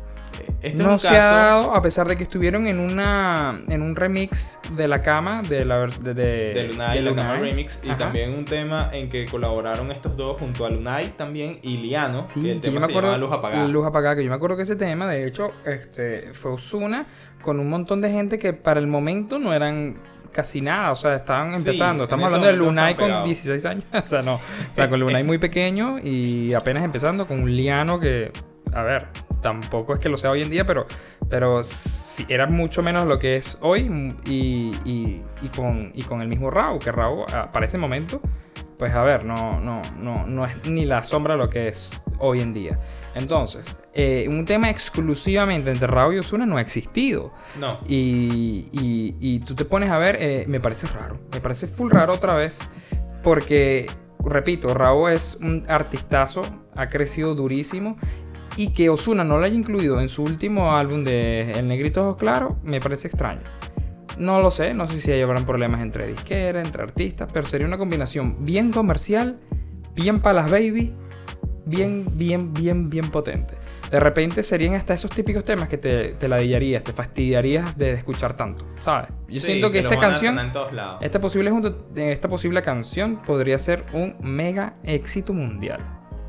Speaker 4: Este
Speaker 3: No
Speaker 4: es
Speaker 3: se
Speaker 4: un
Speaker 3: ha
Speaker 4: caso...
Speaker 3: dado, a pesar de que estuvieron en una en un remix de La Cama de la ver- de, de,
Speaker 4: de Lunay,
Speaker 3: de
Speaker 4: la Cama
Speaker 3: Lunay.
Speaker 4: Remix, y
Speaker 3: Ajá.
Speaker 4: también un tema en que colaboraron estos dos junto a Lunay también y Liano,
Speaker 3: Sí,
Speaker 4: que el
Speaker 3: que yo
Speaker 4: tema
Speaker 3: me
Speaker 4: se
Speaker 3: acuerdo,
Speaker 4: llama Luz Apagada.
Speaker 3: Luz Apagada, que yo me acuerdo que ese tema, de hecho, este, fue Ozuna con un montón de gente que para el momento no eran casi nada, o sea, estaban
Speaker 4: Sí,
Speaker 3: empezando.
Speaker 4: en
Speaker 3: Estamos
Speaker 4: ese
Speaker 3: hablando de
Speaker 4: momento
Speaker 3: Lunay
Speaker 4: estaban
Speaker 3: con
Speaker 4: pegados.
Speaker 3: dieciséis años, o sea, no, o sea, con Lunay muy pequeño y apenas empezando con un Liano que, a ver, tampoco es que lo sea hoy en día, pero, pero sí, era mucho menos lo que es hoy y, y, y, con, y con el mismo Rauw, que Rauw para ese momento, pues a ver, no, no, no, no es ni la sombra de lo que es hoy en día. Entonces, eh, un tema exclusivamente entre Rauw y Ozuna no ha existido.
Speaker 4: No.
Speaker 3: Y, y, y tú te pones a ver, eh, me parece raro, me parece full raro otra vez, porque, repito, Rauw es un artistazo, ha crecido durísimo, y que Ozuna no lo haya incluido en su último álbum de El Negrito Ojos Claros, me parece extraño. No lo sé, no sé si habrán problemas entre disqueras, entre artistas, pero sería una combinación bien comercial, bien para las baby, bien, bien, bien, bien potente. De repente serían hasta esos típicos temas que te, te ladillarías, te fastidiarías de escuchar tanto, ¿sabes? Yo
Speaker 4: Sí,
Speaker 3: siento que,
Speaker 4: que
Speaker 3: esta
Speaker 4: los van a
Speaker 3: canción,
Speaker 4: sonar en todos lados.
Speaker 3: esta posible, junto- esta posible canción podría ser un mega éxito mundial.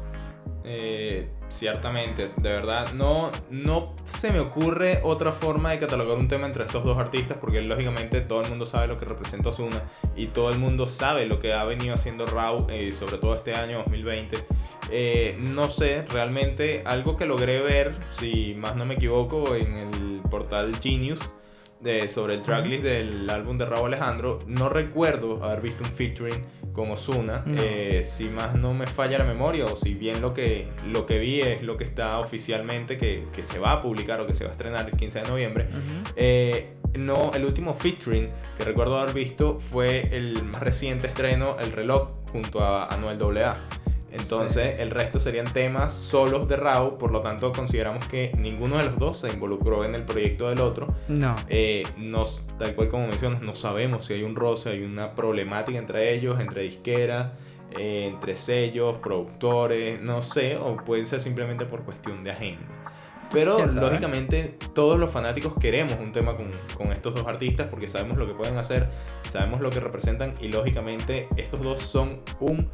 Speaker 4: Eh, ciertamente, de verdad, no, no se me ocurre otra forma de catalogar un tema entre estos dos artistas, porque lógicamente todo el mundo sabe lo que representa Ozuna y todo el mundo sabe lo que ha venido haciendo Rauw, eh, sobre todo este año dos mil veinte. Eh, no sé, realmente algo que logré ver, si más no me equivoco, en el portal Genius, de, sobre el tracklist del álbum de Rauw Alejandro, no recuerdo haber visto un featuring con Ozuna.
Speaker 3: No.
Speaker 4: Eh, si más no me falla la memoria, o si bien lo que, lo que vi es lo que está oficialmente que, que se va a publicar o que se va a estrenar el quince de noviembre.
Speaker 3: Uh-huh.
Speaker 4: Eh, no, el último featuring que recuerdo haber visto fue el más reciente estreno, El Reloj, junto a Anuel doble A. Entonces, sí, el resto serían temas solos de Rauw, por lo tanto consideramos que ninguno de los dos se involucró en el proyecto del otro.
Speaker 3: No.
Speaker 4: Eh, nos, tal cual como mencionas, no sabemos si hay un roce, hay una problemática entre ellos, entre disqueras, eh, entre sellos, productores, no sé, o puede ser simplemente por cuestión de agenda. Pero lógicamente todos los fanáticos queremos un tema con, con estos dos artistas porque sabemos lo que pueden hacer, sabemos lo que representan y lógicamente estos dos son un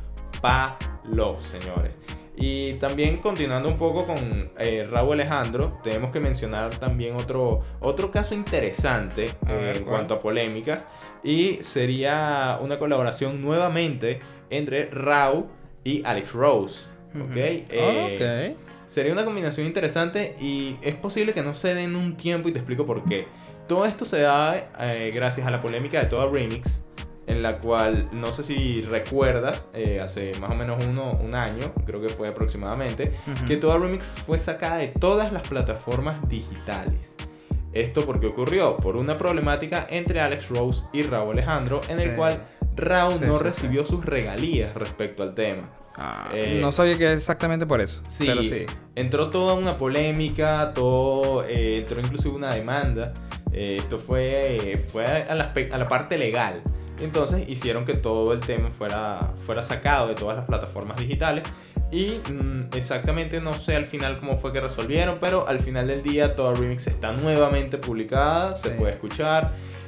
Speaker 4: palo, señores. Y también continuando un poco con eh, Rauw Alejandro, tenemos que mencionar también otro, otro caso interesante
Speaker 3: A
Speaker 4: eh,
Speaker 3: ver,
Speaker 4: en
Speaker 3: ¿cuál?
Speaker 4: cuanto a polémicas, y sería una colaboración nuevamente entre Rauw y Alex Rose.
Speaker 3: Uh-huh.
Speaker 4: ¿Ok? Eh,
Speaker 3: Ok.
Speaker 4: Sería una combinación interesante y es posible que no se den un tiempo y te explico por qué. Todo esto se da eh, gracias a la polémica de Toda Remix, en la cual, no sé si recuerdas, eh, hace más o menos uno, un año, creo que fue aproximadamente,
Speaker 3: Uh-huh.
Speaker 4: que Toda Remix fue sacada de todas las plataformas digitales. Esto porque ocurrió por una problemática entre Alex Rose y Rauw Alejandro, en el
Speaker 3: Sí.
Speaker 4: cual Rauw
Speaker 3: Sí,
Speaker 4: no
Speaker 3: sí,
Speaker 4: recibió sus regalías respecto al tema.
Speaker 3: Ah,
Speaker 4: Eh,
Speaker 3: no sabía que es exactamente por eso.
Speaker 4: Sí,
Speaker 3: Pero sí.
Speaker 4: entró toda una polémica, todo, eh, entró inclusive una demanda. Eh, esto fue, eh, fue a, la, aspe- a la parte legal. Entonces hicieron que todo el tema fuera, fuera sacado de todas las plataformas digitales. Y mm, exactamente no sé al final cómo fue que resolvieron, pero al final del día Toda Remix está nuevamente publicada, se
Speaker 3: Sí.
Speaker 4: puede escuchar.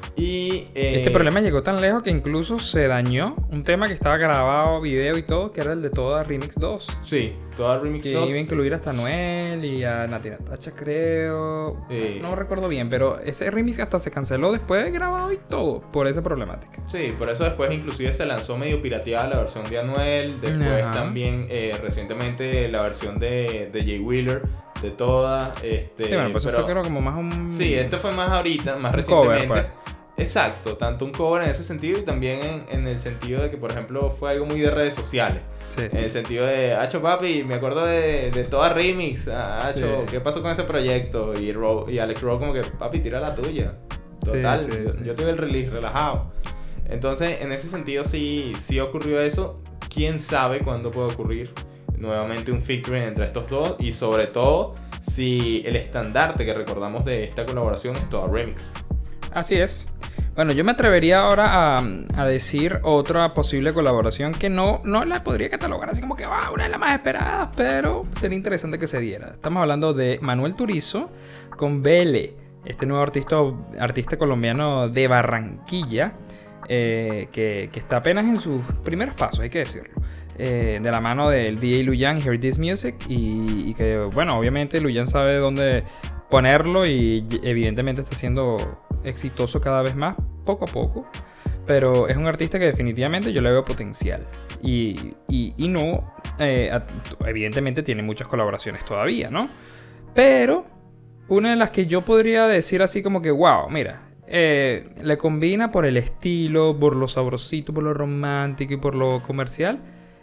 Speaker 4: Y eh,
Speaker 3: Este problema llegó tan lejos que incluso se dañó un tema que estaba grabado, video y todo, que era el de Toda Remix dos.
Speaker 4: Sí, Toda Remix
Speaker 3: Que
Speaker 4: dos
Speaker 3: iba a incluir hasta Noel y a Nati Natacha, creo.
Speaker 4: Eh.
Speaker 3: No, no recuerdo bien, pero ese remix hasta se canceló después de grabado y todo por esa problemática.
Speaker 4: Sí, por eso después inclusive se lanzó medio pirateada la versión de Anuel. Después
Speaker 3: Ajá.
Speaker 4: también eh, recientemente la versión de, de Jay Wheeler, de Toda. Este,
Speaker 3: Sí, bueno, pues
Speaker 4: pero-
Speaker 3: eso fue creo como más un...
Speaker 4: Sí, este fue más ahorita, más
Speaker 3: Un cover,
Speaker 4: recientemente.
Speaker 3: pues.
Speaker 4: Exacto, tanto un cover en ese sentido y también en, en el sentido de que, por ejemplo, fue algo muy de redes sociales.
Speaker 3: Sí, sí,
Speaker 4: En el
Speaker 3: sí.
Speaker 4: sentido de, Hacho papi, me acuerdo de, de Toda Remix. Ah, Hacho,
Speaker 3: Sí.
Speaker 4: ¿qué pasó con ese proyecto? Y, Ro- y Alex Rowe como que, papi, tira la tuya. Total,
Speaker 3: Sí, sí,
Speaker 4: yo,
Speaker 3: sí,
Speaker 4: yo
Speaker 3: sí.
Speaker 4: tuve el release relajado. Entonces, en ese sentido sí, sí ocurrió eso. ¿Quién sabe cuándo puede ocurrir nuevamente un featuring entre estos dos? Y sobre todo, si el estandarte que recordamos de esta colaboración es Toda Remix.
Speaker 3: Así es. Bueno, yo me atrevería ahora a, a decir otra posible colaboración que no, no la podría catalogar así como que va, una de las más esperadas, pero sería interesante que se diera. Estamos hablando de Manuel Turizo con B L, este nuevo artista, artista colombiano de Barranquilla, eh, que, que está apenas en sus primeros pasos, hay que decirlo. Eh, de la mano del D J Luyan, Hear This Music, y, y que, bueno, obviamente Luyan sabe dónde ponerlo y evidentemente está siendo exitoso cada vez más, poco a poco, pero es un artista que definitivamente yo le veo potencial y, y, y no, eh, evidentemente tiene muchas colaboraciones todavía, ¿no? Pero una de las que yo podría decir así como que, wow, mira, eh, le combina por el estilo, por lo sabrosito, por lo romántico y por lo comercial,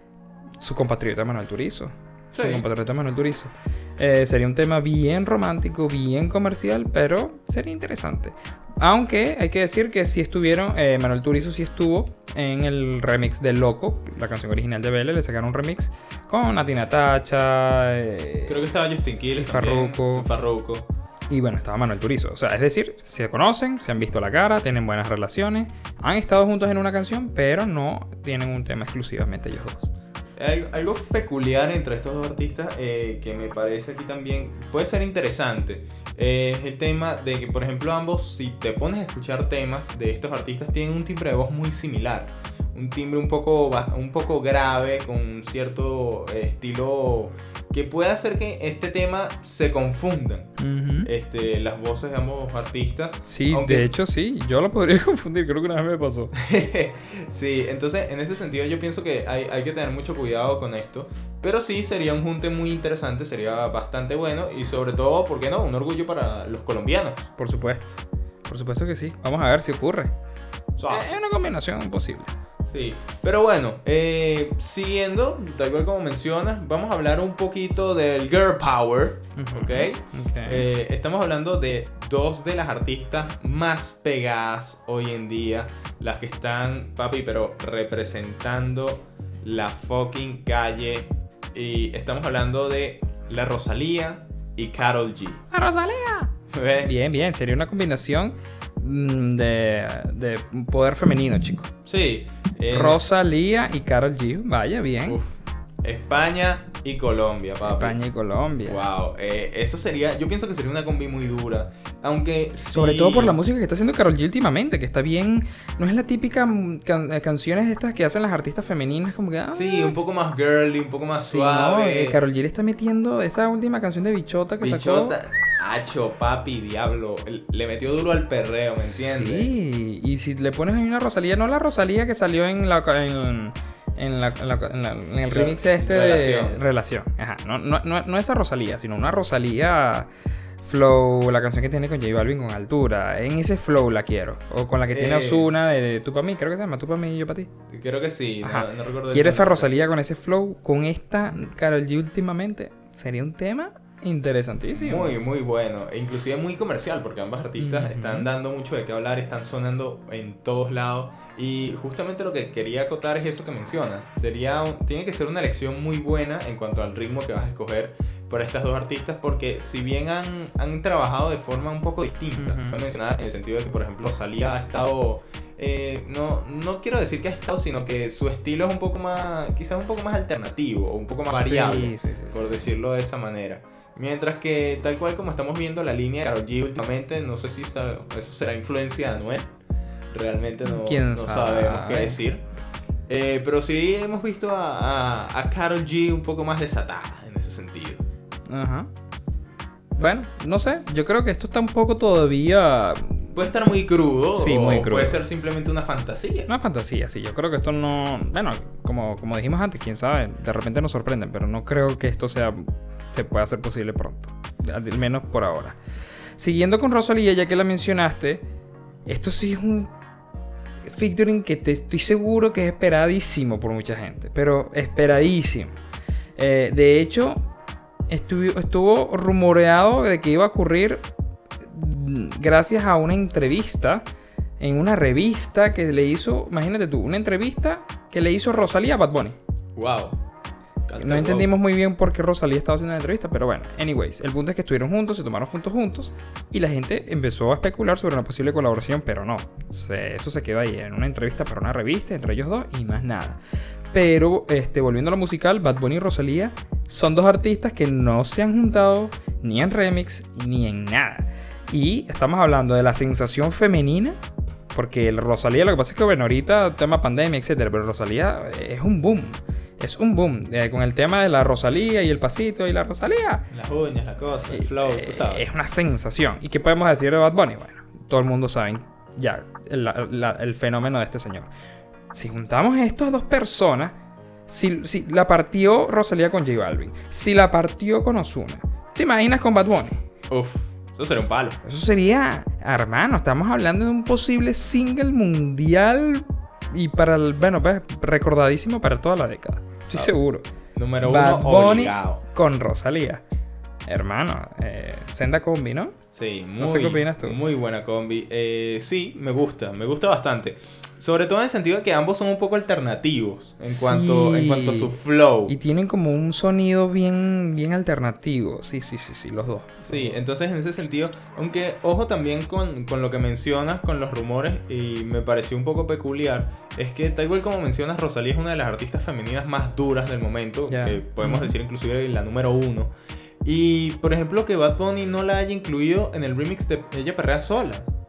Speaker 3: su compatriota Manuel Turizo. Sí. Su compatriota Manuel Turizo. Eh, sería un tema bien romántico, bien comercial, pero sería interesante. Aunque hay que decir que sí estuvieron, eh, Manuel Turizo sí estuvo en el remix de Loco, la canción original de Vélez, le sacaron un remix con Nati Natacha. Eh,
Speaker 4: Creo que estaba Justin Quiles
Speaker 3: Farruko.
Speaker 4: Farruko.
Speaker 3: Y bueno, estaba Manuel Turizo. O sea, es decir, se conocen, se han visto la cara, tienen buenas relaciones, han estado juntos en una canción, pero no tienen un tema exclusivamente ellos dos.
Speaker 4: Algo peculiar entre estos dos artistas eh, que me parece aquí también puede ser interesante eh, es el tema de que, por ejemplo, ambos, si te pones a escuchar temas de estos artistas, tienen un timbre de voz muy similar. Un timbre un poco, un poco grave, con un cierto estilo que puede hacer que este tema se confundan. Uh-huh. este, las voces de ambos artistas.
Speaker 3: Sí,
Speaker 4: aunque...
Speaker 3: de hecho sí, yo lo podría confundir, creo que una vez me pasó.
Speaker 4: Sí, entonces en ese sentido yo pienso que hay, hay que tener mucho cuidado con esto. Pero sí, sería un junte muy interesante, sería bastante bueno y sobre todo, ¿por qué no? Un orgullo para los colombianos.
Speaker 3: Por supuesto, por supuesto que sí. Vamos a ver si ocurre. So, es una combinación imposible.
Speaker 4: Sí, pero bueno, eh, siguiendo, tal cual como mencionas, vamos a hablar un poquito del girl power, uh-huh. ¿ok? okay. Eh, estamos hablando de dos de las artistas más pegadas hoy en día, las que están, papi, pero representando la fucking calle. Y estamos hablando de la Rosalía y Karol G.
Speaker 3: ¡La Rosalía! ¿Ves? Bien, bien, sería una combinación de, de poder femenino, chico.
Speaker 4: Sí.
Speaker 3: Eh, Rosalía y Karol G, vaya, bien. Uf.
Speaker 4: España y Colombia, papi.
Speaker 3: España y Colombia.
Speaker 4: Wow, eh, eso sería, yo pienso que sería una combi muy dura. Aunque sí...
Speaker 3: Sobre todo por la música que está haciendo Karol G últimamente, que está bien. No es la típica can- canciones estas que hacen las artistas femeninas, como que. Ah,
Speaker 4: sí, un poco más girly, un poco más
Speaker 3: sí,
Speaker 4: suave.
Speaker 3: No, eh, Karol G le está metiendo esa última canción de Bichota que
Speaker 4: Bichota.
Speaker 3: sacó.
Speaker 4: Hacho, papi, diablo. Le metió duro al perreo, ¿me entiendes?
Speaker 3: Sí, y si le pones ahí una Rosalía, no la Rosalía que salió en la. En, En, la, en, la, en, la, en el remix este
Speaker 4: Relación.
Speaker 3: de Relación. Ajá. No, no, no, no esa Rosalía, sino una Rosalía flow, la canción que tiene con J Balvin con Altura. En ese flow la quiero. O con la que tiene eh, Ozuna de, de Tú pa' mí, creo que se llama Tú pa' mí y yo pa' ti.
Speaker 4: Creo que sí, no, no recuerdo.
Speaker 3: Quiero esa Rosalía con ese flow. Con esta Karol G últimamente. Sería un tema interesantísimo.
Speaker 4: Muy, muy bueno. E inclusive muy comercial, porque ambas artistas uh-huh. están dando mucho de qué hablar, están sonando en todos lados. Y justamente lo que quería acotar es eso que mencionas. Sería un, tiene que ser una elección muy buena en cuanto al ritmo que vas a escoger para estas dos artistas, porque si bien han, han trabajado de forma un poco distinta, uh-huh. mencionar en el sentido de que, por ejemplo, Rosalía ha estado... Eh, no, no quiero decir que ha estado, sino que su estilo es un poco más, quizás un poco más alternativo o un poco más variable, sí, sí, sí, por decirlo de esa manera. Mientras que, tal cual como estamos viendo la línea de Karol G últimamente, no sé si eso será influencia de Anuel. Realmente no, no sabemos qué decir. Eh, pero sí hemos visto a, a, a Karol G un poco más desatada en ese sentido.
Speaker 3: Ajá. Bueno, no sé. Yo creo que esto está un poco todavía...
Speaker 4: Puede estar muy crudo,
Speaker 3: sí,
Speaker 4: o
Speaker 3: muy crudo.
Speaker 4: Puede ser simplemente una fantasía.
Speaker 3: Una fantasía, sí. Yo creo que esto no... Bueno, como, como dijimos antes, quién sabe. De repente nos sorprenden, pero no creo que esto sea... se pueda hacer posible pronto. Al menos por ahora. Siguiendo con Rosalía, ya que la mencionaste, esto sí es un featuring que te estoy seguro que es esperadísimo por mucha gente. Pero esperadísimo. Eh, de hecho, estuvo, estuvo rumoreado de que iba a ocurrir gracias a una entrevista en una revista que le hizo, imagínate tú, una entrevista que le hizo Rosalía a Bad Bunny.
Speaker 4: Wow.
Speaker 3: No entendimos muy bien por qué Rosalía estaba haciendo la entrevista, pero bueno, anyways, el punto es que estuvieron juntos, se tomaron fotos juntos y la gente empezó a especular sobre una posible colaboración, pero no, se, eso se quedó ahí en una entrevista para una revista entre ellos dos y más nada. Pero este, volviendo a lo musical, Bad Bunny y Rosalía son dos artistas que no se han juntado ni en remix ni en nada. Y estamos hablando de la sensación femenina, porque el Rosalía, lo que pasa es que bueno, ahorita tema pandemia, etcétera, pero Rosalía es un boom. Es un boom, eh, con el tema de la Rosalía y el pasito y la Rosalía.
Speaker 4: Las uñas, la cosa, el flow,
Speaker 3: eh,
Speaker 4: tú sabes.
Speaker 3: Es una sensación. ¿Y qué podemos decir de Bad Bunny? Bueno, todo el mundo sabe ya el, la, el fenómeno de este señor. Si juntamos estas dos personas, si, si la partió Rosalía con J Balvin, si la partió con Ozuna, ¿Te imaginas con Bad Bunny?
Speaker 4: Uf, eso sería un palo.
Speaker 3: Eso sería, hermano, estamos hablando de un posible single mundial y para el, bueno, pues, recordadísimo para toda la década. Estoy
Speaker 4: Ah,
Speaker 3: seguro.
Speaker 4: Número
Speaker 3: Bad
Speaker 4: uno,
Speaker 3: Bunny
Speaker 4: obligado.
Speaker 3: con Rosalía. Hermano, eh, senda combi, ¿no?
Speaker 4: Sí, muy,
Speaker 3: No sé qué opinas tú.
Speaker 4: muy buena combi. Eh, sí, me gusta, me gusta bastante. Sobre todo en el sentido de que ambos son un poco alternativos en,
Speaker 3: Sí.
Speaker 4: cuanto, en cuanto a su flow.
Speaker 3: Y tienen como un sonido bien, bien alternativo. Sí, sí, sí, sí, los dos.
Speaker 4: Sí, entonces en ese sentido, aunque ojo también con, con lo que mencionas, con los rumores, y me pareció un poco peculiar, es que tal cual como mencionas, Rosalía es una de las artistas femeninas más duras del momento,
Speaker 3: Ya.
Speaker 4: que podemos
Speaker 3: Ujú.
Speaker 4: decir inclusive la número uno. Y por ejemplo que Bad Bunny no la haya incluido en el remix de Ella Perrea Sola.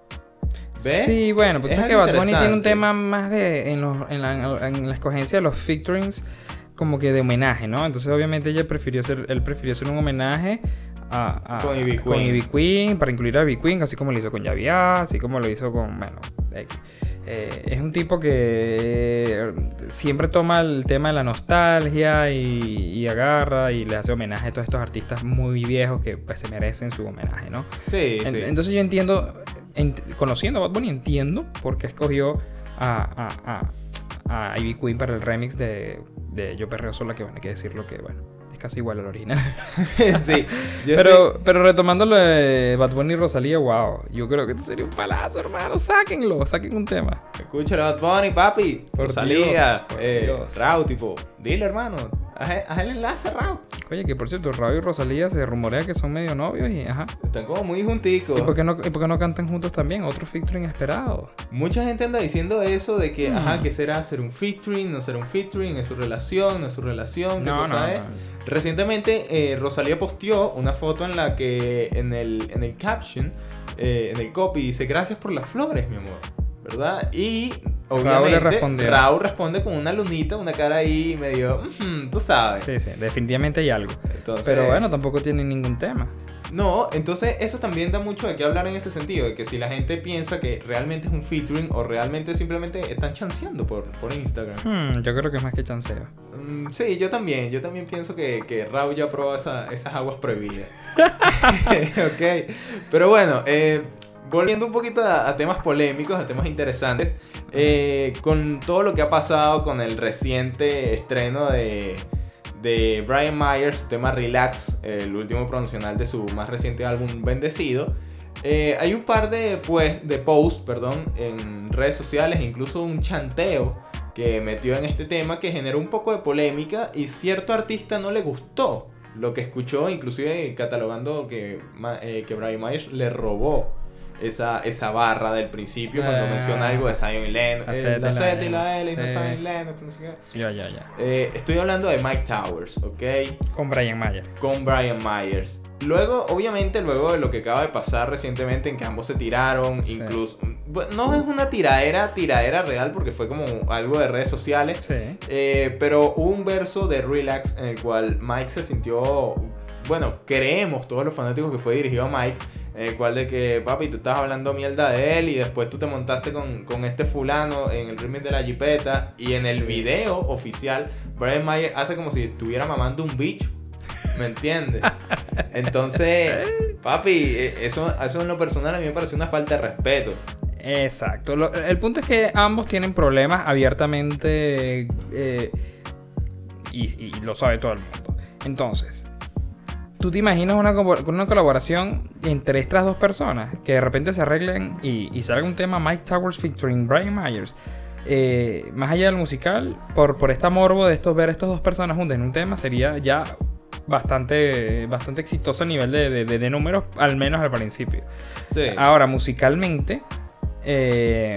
Speaker 4: ¿Ves?
Speaker 3: Sí, bueno, pues
Speaker 4: Es
Speaker 3: es que
Speaker 4: algo
Speaker 3: Bad Bunny tiene un
Speaker 4: interesante.
Speaker 3: tema más de en, los, en, la, en la escogencia de los featurings como que de homenaje, ¿no? Entonces obviamente ella prefirió hacer, él prefirió hacer un homenaje a, a
Speaker 4: Con Ivy
Speaker 3: con
Speaker 4: Queen.
Speaker 3: Ivy Queen, para incluir a Ivy Queen, así como lo hizo con Yavia, así como lo hizo con, bueno, X. Eh, es un tipo que siempre toma el tema de la nostalgia y, y agarra y le hace homenaje a todos estos artistas muy viejos que pues, se merecen su homenaje, ¿no?
Speaker 4: Sí,
Speaker 3: En-
Speaker 4: sí.
Speaker 3: Entonces yo entiendo, ent- conociendo a Bad Bunny, entiendo por qué escogió a, a, a, a Ivy Queen para el remix de, de Yo Perreo Sola, que bueno, hay que decirlo que bueno, es casi igual al original.
Speaker 4: Sí, yo
Speaker 3: pero,
Speaker 4: estoy-
Speaker 3: pero retomando lo de Bad Bunny y Rosalía, wow, yo creo que esto sería un palazo, hermano, sáquenlo, saquen un tema.
Speaker 4: Escúchalo, Bad Bunny, papi.
Speaker 3: Por
Speaker 4: Rosalía,
Speaker 3: Dios, por
Speaker 4: eh,
Speaker 3: Dios.
Speaker 4: Rao, tipo, dile hermano, haz, haz el enlace, Rao.
Speaker 3: Oye, que por cierto, Raúl y Rosalía se rumorea que son medio novios y ajá.
Speaker 4: Están como muy junticos.
Speaker 3: ¿Y por qué no, y por qué no cantan juntos también? Otro featuring esperado.
Speaker 4: Mucha gente anda diciendo eso de que,
Speaker 3: Mm.
Speaker 4: ajá, que será hacer un featuring, no ser un featuring, es su relación, no es su relación, qué
Speaker 3: No,
Speaker 4: cosa
Speaker 3: no,
Speaker 4: es.
Speaker 3: no.
Speaker 4: Recientemente eh, Rosalía posteó una foto en la que en el, en el caption, eh, en el copy, dice gracias por las flores, mi amor, ¿verdad? Y
Speaker 3: Raúl le
Speaker 4: obviamente
Speaker 3: respondió.
Speaker 4: Raúl responde con una lunita, una cara ahí medio, "Ujú, tú sabes".
Speaker 3: Sí, sí, definitivamente hay algo.
Speaker 4: Entonces,
Speaker 3: Pero bueno, tampoco tienen ningún tema.
Speaker 4: no, entonces eso también da mucho de qué hablar en ese sentido, de que si la gente piensa que realmente es un featuring o realmente simplemente están chanceando por, por Instagram.
Speaker 3: Hmm, yo creo que es más que chanceo.
Speaker 4: Mm, sí, yo también, yo también pienso que, que Raúl ya probó esa- esas aguas prohibidas. Ok, pero bueno, eh, volviendo un poquito a, a temas polémicos, a temas interesantes, eh, con todo lo que ha pasado con el reciente estreno de... de Brian Myers, su tema Relax, el último promocional de su más reciente álbum Bendecido. Eh, hay un par de, pues, de posts, perdón, en redes sociales, incluso un chanteo que metió en este tema que generó un poco de polémica y cierto artista no le gustó lo que escuchó, inclusive catalogando que, ma- eh, que Brian Myers le robó esa, esa barra del principio cuando
Speaker 3: Ah.
Speaker 4: menciona algo de Zion y Lennox,
Speaker 3: La
Speaker 4: eh,
Speaker 3: Z y
Speaker 4: la
Speaker 3: la
Speaker 4: Z y la L y no
Speaker 3: sí.
Speaker 4: Zion y Lennox, no sé qué.
Speaker 3: Ya, ya, ya.
Speaker 4: Eh, estoy hablando de Mike Towers, ¿ok?
Speaker 3: Con Brian Mayer.
Speaker 4: Con Brian Myers. Luego, obviamente, luego de lo que acaba de pasar recientemente en que ambos se tiraron,
Speaker 3: Sí.
Speaker 4: incluso... bueno, no es una tiradera, tiradera real porque fue como algo de redes sociales.
Speaker 3: Sí.
Speaker 4: Eh, pero hubo un verso de Relax en el cual Mike se sintió... Bueno, creemos todos los fanáticos que fue dirigido a Mike, en el cual de que, papi, tú estás hablando mierda de él y después tú te montaste con, con este fulano en el remix de la jipeta y en el
Speaker 3: Sí.
Speaker 4: video oficial Brian Myers hace como si estuviera mamando un bicho, ¿me entiendes? Entonces, papi, eh, eso, eso en lo personal a mí me parece una falta de respeto.
Speaker 3: Exacto. Lo- el punto es que ambos tienen problemas abiertamente eh, y, y lo sabe todo el mundo. Entonces, ¿tú te imaginas una, co- una colaboración entre estas dos personas que de repente se arreglen y, y salga un tema Mike Towers featuring Brian Myers? Eh, más allá del musical, por, por esta morbo de estos, ver a estas dos personas juntas en un tema sería ya bastante, bastante exitoso a nivel de, de, de- de números, al menos al principio.
Speaker 4: Sí.
Speaker 3: Ahora, musicalmente, eh,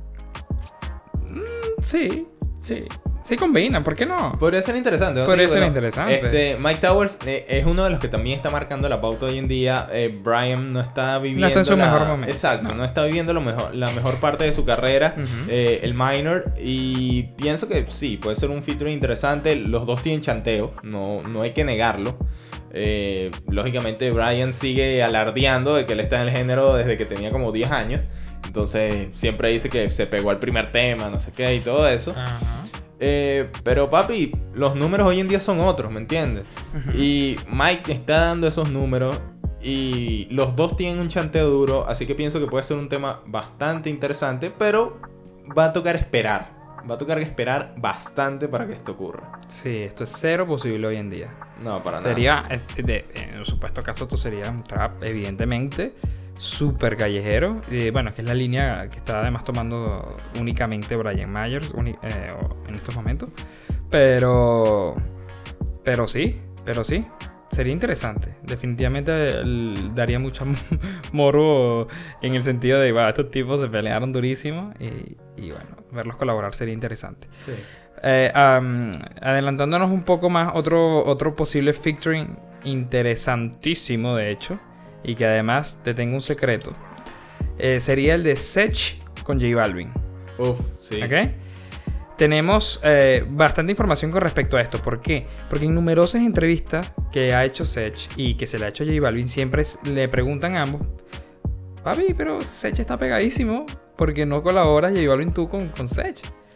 Speaker 3: mm, sí, sí, sí combinan, ¿por qué no?
Speaker 4: Podría ser interesante. ¿no?
Speaker 3: Podría
Speaker 4: Digo,
Speaker 3: ser
Speaker 4: bueno,
Speaker 3: interesante.
Speaker 4: Este, Mike Towers eh, es uno de los que también está marcando la pauta hoy en día. Eh, Brian no está viviendo...
Speaker 3: No está en su
Speaker 4: la-
Speaker 3: mejor momento.
Speaker 4: Exacto, no.
Speaker 3: No.
Speaker 4: está viviendo lo mejor, la mejor parte de su carrera,
Speaker 3: Ujú.
Speaker 4: eh, el minor. Y pienso que sí, puede ser un featuring interesante. Los dos tienen chanteo, no, no hay que negarlo. Eh, lógicamente Brian sigue alardeando de que él está en el género desde que tenía como diez años. Entonces siempre dice que se pegó al primer tema, no sé qué y todo eso.
Speaker 3: Ajá.
Speaker 4: Eh, pero papi, los números hoy en día son otros, ¿me entiendes? Uh-huh. Y Mike está dando esos números y los dos tienen un chanteo duro, así que pienso que puede ser un tema bastante interesante, pero va a tocar esperar. Va a tocar esperar bastante para que esto ocurra.
Speaker 3: Sí, esto es cero posible hoy en día.
Speaker 4: No, para
Speaker 3: sería,
Speaker 4: nada.
Speaker 3: Sería, de, en un supuesto caso, esto sería un trap, evidentemente, súper callejero. Y bueno, que es la línea que está además tomando únicamente Brian Myers uni, eh, en estos momentos. Pero, pero sí, pero sí. Sería interesante. Definitivamente el, daría mucho morbo en el sentido de, wow, estos tipos se pelearon durísimo y, y bueno, verlos colaborar sería interesante.
Speaker 4: Sí.
Speaker 3: Eh, um, adelantándonos un poco más, otro, otro posible featuring interesantísimo, de hecho, y que además te tengo un secreto, eh, sería el de Sech con J Balvin.
Speaker 4: Uf, sí.
Speaker 3: ¿Ok? Tenemos eh, bastante información con respecto a esto. ¿Por qué? Porque en numerosas entrevistas que ha hecho Sech y que se le ha hecho a J Balvin, siempre le preguntan a ambos: papi, pero Sech está pegadísimo, ¿por qué no colaboras J Balvin tú con, con Sech?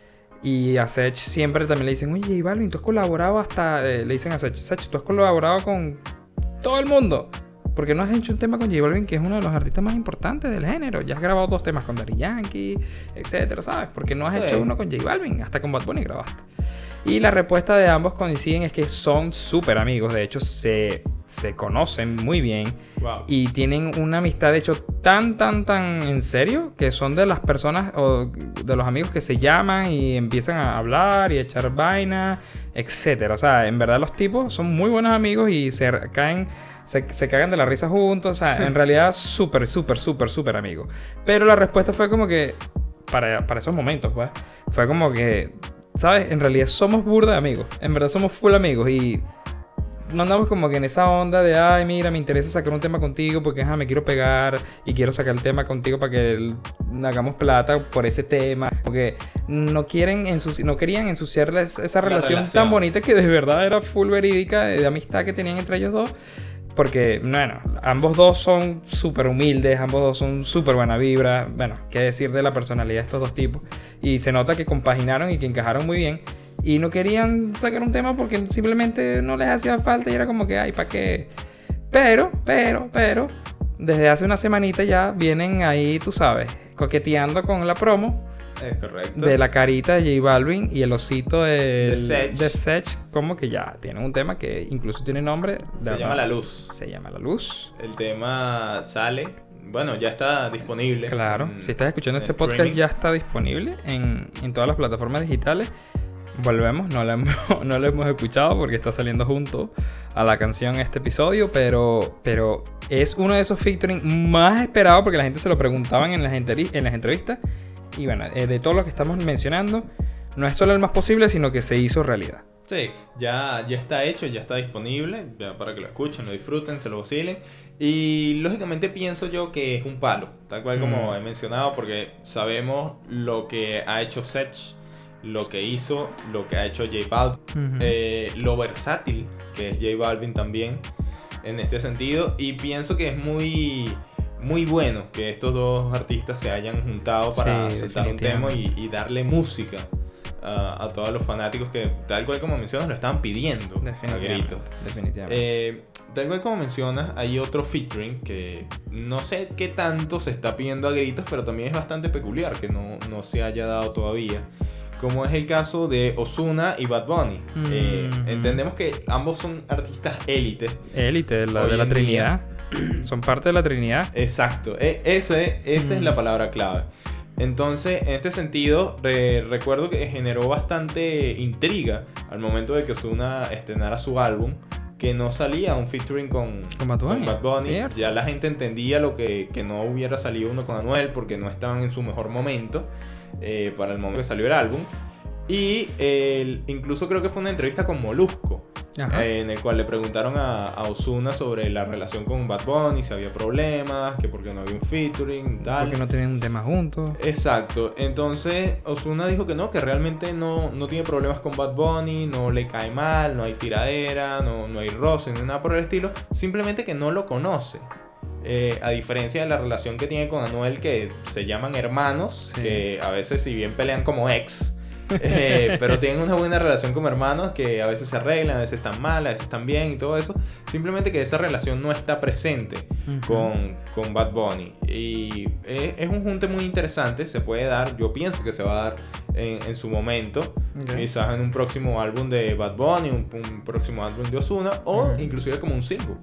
Speaker 3: Y a Sech siempre también le dicen: oye, J Balvin, tú has colaborado hasta... Eh, le dicen a Sech: Sech, tú has colaborado con todo el mundo. ¿Por qué no has hecho un tema con J Balvin, que es uno de los artistas más importantes del género? Ya has grabado dos temas con Daddy Yankee, etcétera, ¿sabes? ¿Por qué no has sí. hecho uno con J Balvin? Hasta con Bad Bunny grabaste. Y la respuesta de ambos coinciden, es que son súper amigos. De hecho, se, se conocen muy bien.
Speaker 4: Wow.
Speaker 3: Y tienen una amistad, de hecho, tan, tan, tan en serio, que son de las personas o de los amigos que se llaman y empiezan a hablar y a echar vaina, etcétera. O sea, en verdad los tipos son muy buenos amigos y se caen... Se, se cagan de la risa juntos. O sea, en realidad súper, súper, súper, súper amigos. Pero la respuesta fue como que... Para, para esos momentos, pues. Fue como que... ¿Sabes? En realidad somos burda de amigos. En verdad somos full amigos. Y... no andamos como que en esa onda de... Ay, mira, me interesa sacar un tema contigo porque ajá, me quiero pegar. Y quiero sacar el tema contigo para que el, hagamos plata por ese tema. Porque no quieren ensuci- no querían ensuciarles esa relación, relación tan bonita que de verdad era full verídica de, de amistad que tenían entre ellos dos. Porque, bueno, ambos dos son súper humildes, ambos dos son súper buena vibra. Bueno, qué decir de la personalidad de estos dos tipos. Y se nota que compaginaron y que encajaron muy bien. Y no querían sacar un tema porque simplemente no les hacía falta y era como que, ay, ¿para qué? Pero, pero, pero, desde hace una semanita ya vienen ahí, tú sabes, coqueteando con la promo.
Speaker 4: Es correcto.
Speaker 3: De la carita de J Balvin y el osito de,
Speaker 4: de Sech.
Speaker 3: De Sech, como que ya tienen un tema que incluso tiene nombre.
Speaker 4: Se llama verdad. La Luz.
Speaker 3: Se llama La Luz.
Speaker 4: El tema sale, bueno, ya está disponible.
Speaker 3: Claro,
Speaker 4: en,
Speaker 3: si estás escuchando este
Speaker 4: streaming.
Speaker 3: podcast ya está disponible en, en todas las plataformas digitales. Volvemos, no lo hemos, no lo hemos escuchado porque está saliendo junto a la canción este episodio, pero, pero es uno de esos featuring más esperados porque la gente se lo preguntaban en las, enteri- en las entrevistas. Y bueno, eh, de todo lo que estamos mencionando, no es solo el más posible, sino que se hizo realidad.
Speaker 4: Sí, ya, ya está hecho, ya está disponible, ya para que lo escuchen, lo disfruten, se lo vacilen. Y lógicamente pienso yo que es un palo, tal cual como mm. he mencionado, porque sabemos lo que ha hecho Sech, lo que hizo, lo que ha hecho J Balvin, uh-huh. eh, lo versátil que es J Balvin también en este sentido. Y pienso que es muy... muy bueno que estos dos artistas se hayan juntado para sí, soltar un tema y, y darle música a, a todos los fanáticos que, tal cual como mencionas, lo estaban pidiendo a gritos.
Speaker 3: Definitivamente.
Speaker 4: Eh, tal cual como mencionas, hay otro featuring que no sé qué tanto se está pidiendo a gritos, pero también es bastante peculiar que no, no se haya dado todavía. Como es el caso de Ozuna y Bad Bunny. Mm-hmm. Eh, entendemos que ambos son artistas élite.
Speaker 3: Élite, de la, de la Trinidad. Son parte de la Trinidad.
Speaker 4: Exacto, e- ese, esa mm. es la palabra clave. Entonces, en este sentido, re- recuerdo que generó bastante intriga al momento de que Ozuna estrenara su álbum, que no salía un featuring con,
Speaker 3: con Bad Bunny.
Speaker 4: Con Bad Bunny. Ya la gente entendía lo que, que no hubiera salido uno con Anuel porque no estaban en su mejor momento eh, para el momento que salió el álbum. Y eh, incluso creo que fue una entrevista con Molusco, eh, en el cual le preguntaron a, a Ozuna sobre la relación con Bad Bunny, si había problemas, que por qué no había un featuring, tal.
Speaker 3: Porque no tenían un tema juntos.
Speaker 4: Exacto. Entonces Ozuna dijo que no, que realmente no, no tiene problemas con Bad Bunny, no le cae mal, no hay tiradera, no, no hay roce, ni nada por el estilo. Simplemente que no lo conoce. Eh, a diferencia de la relación que tiene con Anuel, que se llaman hermanos, sí. que a veces si bien pelean como ex, eh, pero tienen una buena relación como hermanos que a veces se arreglan, a veces están mal, a veces están bien y todo eso. Simplemente que esa relación no está presente uh-huh. con, con Bad Bunny. Y es, es un junte muy interesante, se puede dar, yo pienso que se va a dar en, en su momento. Okay. Quizás en un próximo álbum de Bad Bunny, un, un próximo álbum de Ozuna o uh-huh. inclusive como un single.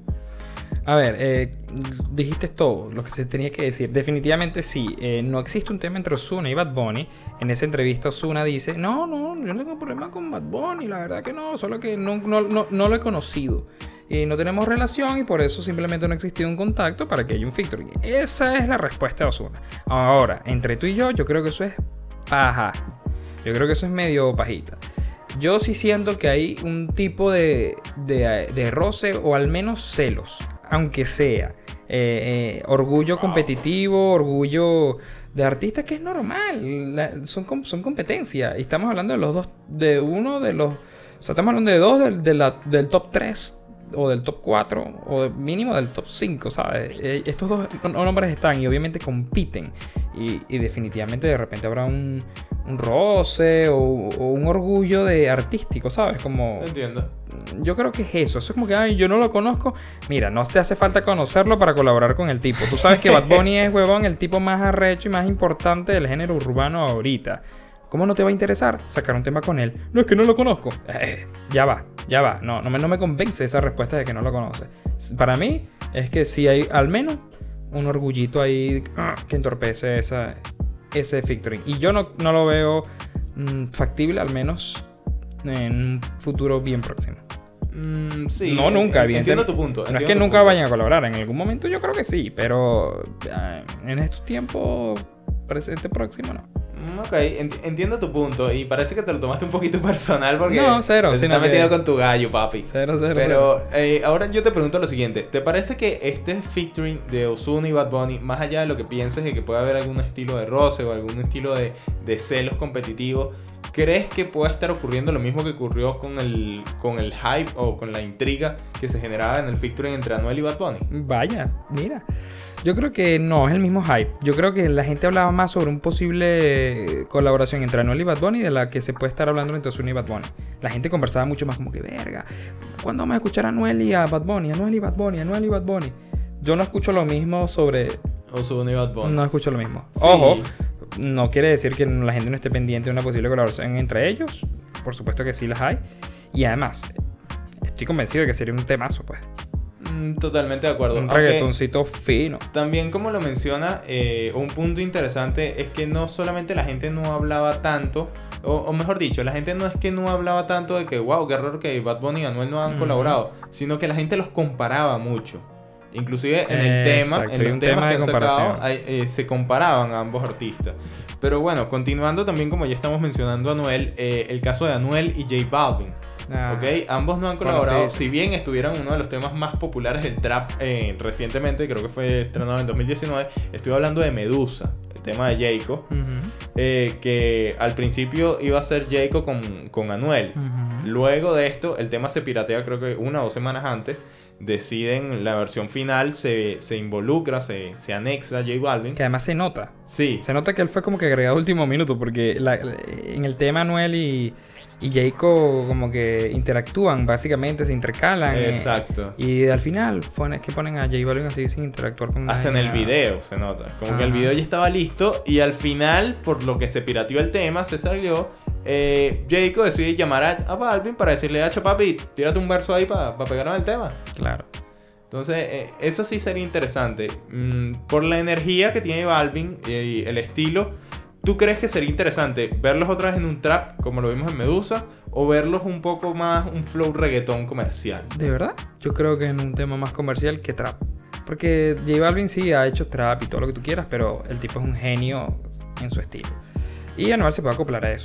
Speaker 3: A ver, eh, dijiste todo lo que se tenía que decir. Definitivamente sí, eh, no existe un tema entre Ozuna y Bad Bunny. En esa entrevista Ozuna dice, no, no, yo no tengo problema con Bad Bunny, la verdad que no, solo que no, no, no, no lo he conocido. Y no tenemos relación y por eso simplemente no ha existido un contacto para que haya un featuring. Esa es la respuesta de Ozuna. Ahora, entre tú y yo, yo creo que eso es paja. Yo creo que eso es medio pajita. Yo sí siento que hay un tipo de, de, de roce o al menos celos, aunque sea eh, eh, orgullo competitivo, orgullo de artista, que es normal, la, son, son competencia. Y estamos hablando de los dos, de uno de los, o sea, estamos hablando de dos del, de la, del top tres o del top cuatro o mínimo del top cinco, ¿sabes? Eh, estos dos nombres están y obviamente compiten y, y definitivamente de repente habrá un, un roce o, o un orgullo de artístico, ¿sabes? Como...
Speaker 4: Entiendo.
Speaker 3: Yo creo que es eso. Eso es como que, ay, yo no lo conozco. Mira, no te hace falta conocerlo para colaborar con el tipo. Tú sabes que Bad Bunny es, huevón, el tipo más arrecho y más importante del género urbano ahorita. ¿Cómo no te va a interesar sacar un tema con él? No, es que no lo conozco. Eh, ya va, ya va. No, no me, no me convence esa respuesta de que no lo conoce. Para mí es que sí hay al menos un orgullito ahí que entorpece esa, ese featuring. Y yo no, no lo veo mmm, factible, al menos en un futuro bien próximo.
Speaker 4: Mm, sí,
Speaker 3: no, nunca, evidentemente.
Speaker 4: Entiendo tu punto.
Speaker 3: No es que nunca punto. vayan a colaborar. En algún momento yo creo que sí, pero eh, en estos tiempos, presente, próximo, no.
Speaker 4: Ok, entiendo tu punto y parece que te lo tomaste un poquito personal porque
Speaker 3: no, cero,
Speaker 4: te estás metido con tu gallo, papi.
Speaker 3: Cero, cero,
Speaker 4: Pero eh, ahora yo te pregunto lo siguiente. ¿Te parece que este featuring de Ozuna y Bad Bunny, más allá de lo que pienses de que puede haber algún estilo de roce o algún estilo de, de celos competitivos, crees que pueda estar ocurriendo lo mismo que ocurrió con el, con el hype o con la intriga que se generaba en el featuring entre Anuel y Bad Bunny?
Speaker 3: Vaya, mira. Yo creo que no es el mismo hype. Yo creo que la gente hablaba más sobre un posible colaboración entre Anuel y Bad Bunny de la que se puede estar hablando entre Ozuna y Bad Bunny. La gente conversaba mucho más como que, verga, ¿cuándo vamos a escuchar a Anuel y a Bad Bunny? Anuel y Bad Bunny, Anuel y Bad Bunny. Yo no escucho lo mismo sobre...
Speaker 4: Ozuna y Bad Bunny.
Speaker 3: No escucho lo mismo.
Speaker 4: Sí.
Speaker 3: Ojo, no quiere decir que la gente no esté pendiente de una posible colaboración entre ellos. Por supuesto que sí las hay. Y además, estoy convencido de que sería un temazo, pues.
Speaker 4: Totalmente de acuerdo.
Speaker 3: Un reggaetoncito fino.
Speaker 4: También, como lo menciona, eh, un punto interesante es que no solamente la gente no hablaba tanto, o, o mejor dicho, la gente no es que no hablaba tanto de que, wow, qué error que Bad Bunny y Anuel no han uh-huh. colaborado, sino que la gente los comparaba mucho. Inclusive en el
Speaker 3: eh,
Speaker 4: tema,
Speaker 3: exacto,
Speaker 4: en los
Speaker 3: un
Speaker 4: temas
Speaker 3: tema
Speaker 4: que
Speaker 3: de
Speaker 4: han
Speaker 3: comparación.
Speaker 4: sacado, hay, eh, se comparaban a ambos artistas. Pero bueno, continuando también, como ya estamos mencionando a Anuel, eh, el caso de Anuel y J Balvin. Ah, ok, ambos no han colaborado, bueno, sí, sí. Si bien estuvieron uno de los temas más populares del trap eh, recientemente, creo que fue estrenado en dos mil diecinueve, estoy hablando de Medusa, el tema de Jayco, uh-huh. eh, que al principio iba a ser Jayco con, con Anuel. Uh-huh. Luego de esto, el tema se piratea creo que una o dos semanas antes, deciden la versión final, se, se involucra, se, se anexa a J Balvin.
Speaker 3: Que además se nota.
Speaker 4: Sí.
Speaker 3: Se nota que él fue como que agregado último minuto, porque la, la, en el tema Anuel y... Y Jayco como que interactúan, básicamente se intercalan.
Speaker 4: Exacto.
Speaker 3: Eh, y al final pone, es que ponen a J Balvin así sin interactuar con
Speaker 4: Hasta
Speaker 3: nadie.
Speaker 4: En el video se nota. Como
Speaker 3: Ajá.
Speaker 4: que el video ya estaba listo y al final, por lo que se pirateó el tema, se salió. Eh, Jayco decide llamar a, a Balvin para decirle, hacho papi, tírate un verso ahí para pa pegarnos el tema.
Speaker 3: Claro.
Speaker 4: Entonces, eh, eso sí sería interesante. Mm, por la energía que tiene Balvin y el estilo... ¿Tú crees que sería interesante verlos otra vez en un trap, como lo vimos en Medusa, o verlos un poco más un flow reggaetón comercial?
Speaker 3: ¿De verdad? Yo creo que en un tema más comercial que trap. Porque J Balvin sí ha hecho trap y todo lo que tú quieras, pero el tipo es un genio en su estilo. Y Anuel se puede acoplar a eso.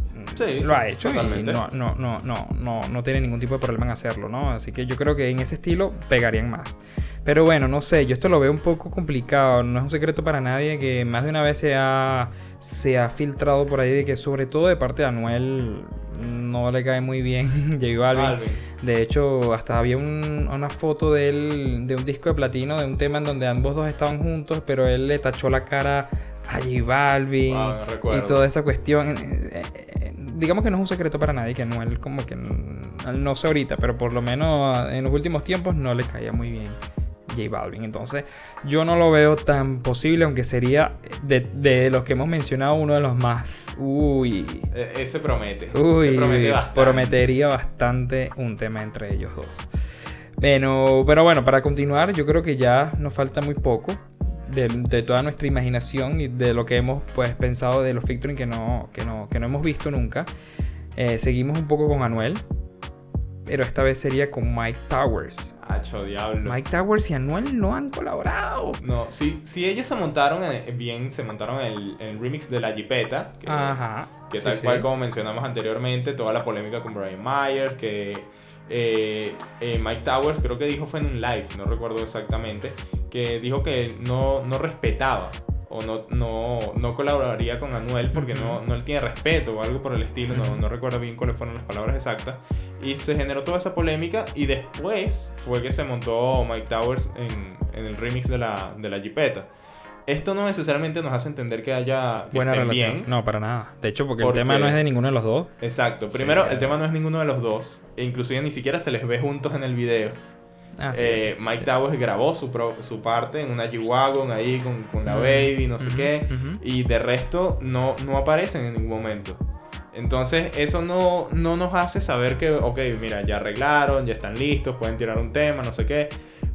Speaker 4: Sí,
Speaker 3: lo ha hecho
Speaker 4: totalmente.
Speaker 3: Y no, no, no, no, no, no tiene ningún tipo de problema en hacerlo, ¿no? Así que yo creo que en ese estilo pegarían más. Pero bueno, no sé, yo esto lo veo un poco complicado. No es un secreto para nadie que más de una vez se ha, se ha filtrado por ahí de que sobre todo de parte de Anuel no le cae muy bien J Balvin. Balvin. De hecho, hasta había un, una foto de él, de un disco de platino, de un tema en donde ambos dos estaban juntos, pero él le tachó la cara a J Balvin.
Speaker 4: Wow, no
Speaker 3: y toda esa cuestión. digamos que no es un secreto para nadie que Anuel como que no sé ahorita, pero por lo menos en los últimos tiempos no le caía muy bien J Balvin. Entonces yo no lo veo tan posible, aunque sería de, de los que hemos mencionado uno de los más. Uy.
Speaker 4: E- ese promete.
Speaker 3: Uy.
Speaker 4: Ese promete bastante.
Speaker 3: Prometería bastante un tema entre ellos dos. Bueno, pero bueno, para continuar, yo creo que ya nos falta muy poco de, de toda nuestra imaginación y de lo que hemos pues pensado de los featuring que no, que no, que no hemos visto nunca. Eh, seguimos un poco con Anuel, pero esta vez sería con Mike Towers.
Speaker 4: Hacho, diablo.
Speaker 3: Mike Towers y Anuel no han colaborado.
Speaker 4: No, si, si ellos se montaron en, bien, se montaron en el, en el remix de La Jipeta, que,
Speaker 3: Ajá.
Speaker 4: que
Speaker 3: sí,
Speaker 4: tal
Speaker 3: sí.
Speaker 4: cual como mencionamos anteriormente, toda la polémica con Brian Myers, que eh, eh, Mike Towers creo que dijo fue en un live, no recuerdo exactamente, que dijo que no, no respetaba o no, no, no colaboraría con Anuel porque uh-huh. no, no él tiene respeto o algo por el estilo, uh-huh. no, no recuerdo bien cuáles fueron las palabras exactas, y se generó toda esa polémica y después fue que se montó Mike Towers en, en el remix de la, de la Jipeta. Esto no necesariamente nos hace entender que haya que
Speaker 3: buena relación.
Speaker 4: Bien,
Speaker 3: no, para nada. De hecho, porque,
Speaker 4: porque
Speaker 3: el tema no es de ninguno de los dos.
Speaker 4: Exacto. Primero,
Speaker 3: sí,
Speaker 4: el tema no es ninguno de los dos. E inclusive ni siquiera se les ve juntos en el video.
Speaker 3: Ah, sí,
Speaker 4: eh,
Speaker 3: sí,
Speaker 4: Mike
Speaker 3: sí.
Speaker 4: Towers grabó su, pro, su parte en una G-Wagon ahí con, con la baby, no sé
Speaker 3: uh-huh,
Speaker 4: qué.
Speaker 3: Uh-huh.
Speaker 4: Y de resto no, no aparecen en ningún momento. Entonces eso no, no nos hace saber que, ok, mira, ya arreglaron, ya están listos, pueden tirar un tema, no sé qué.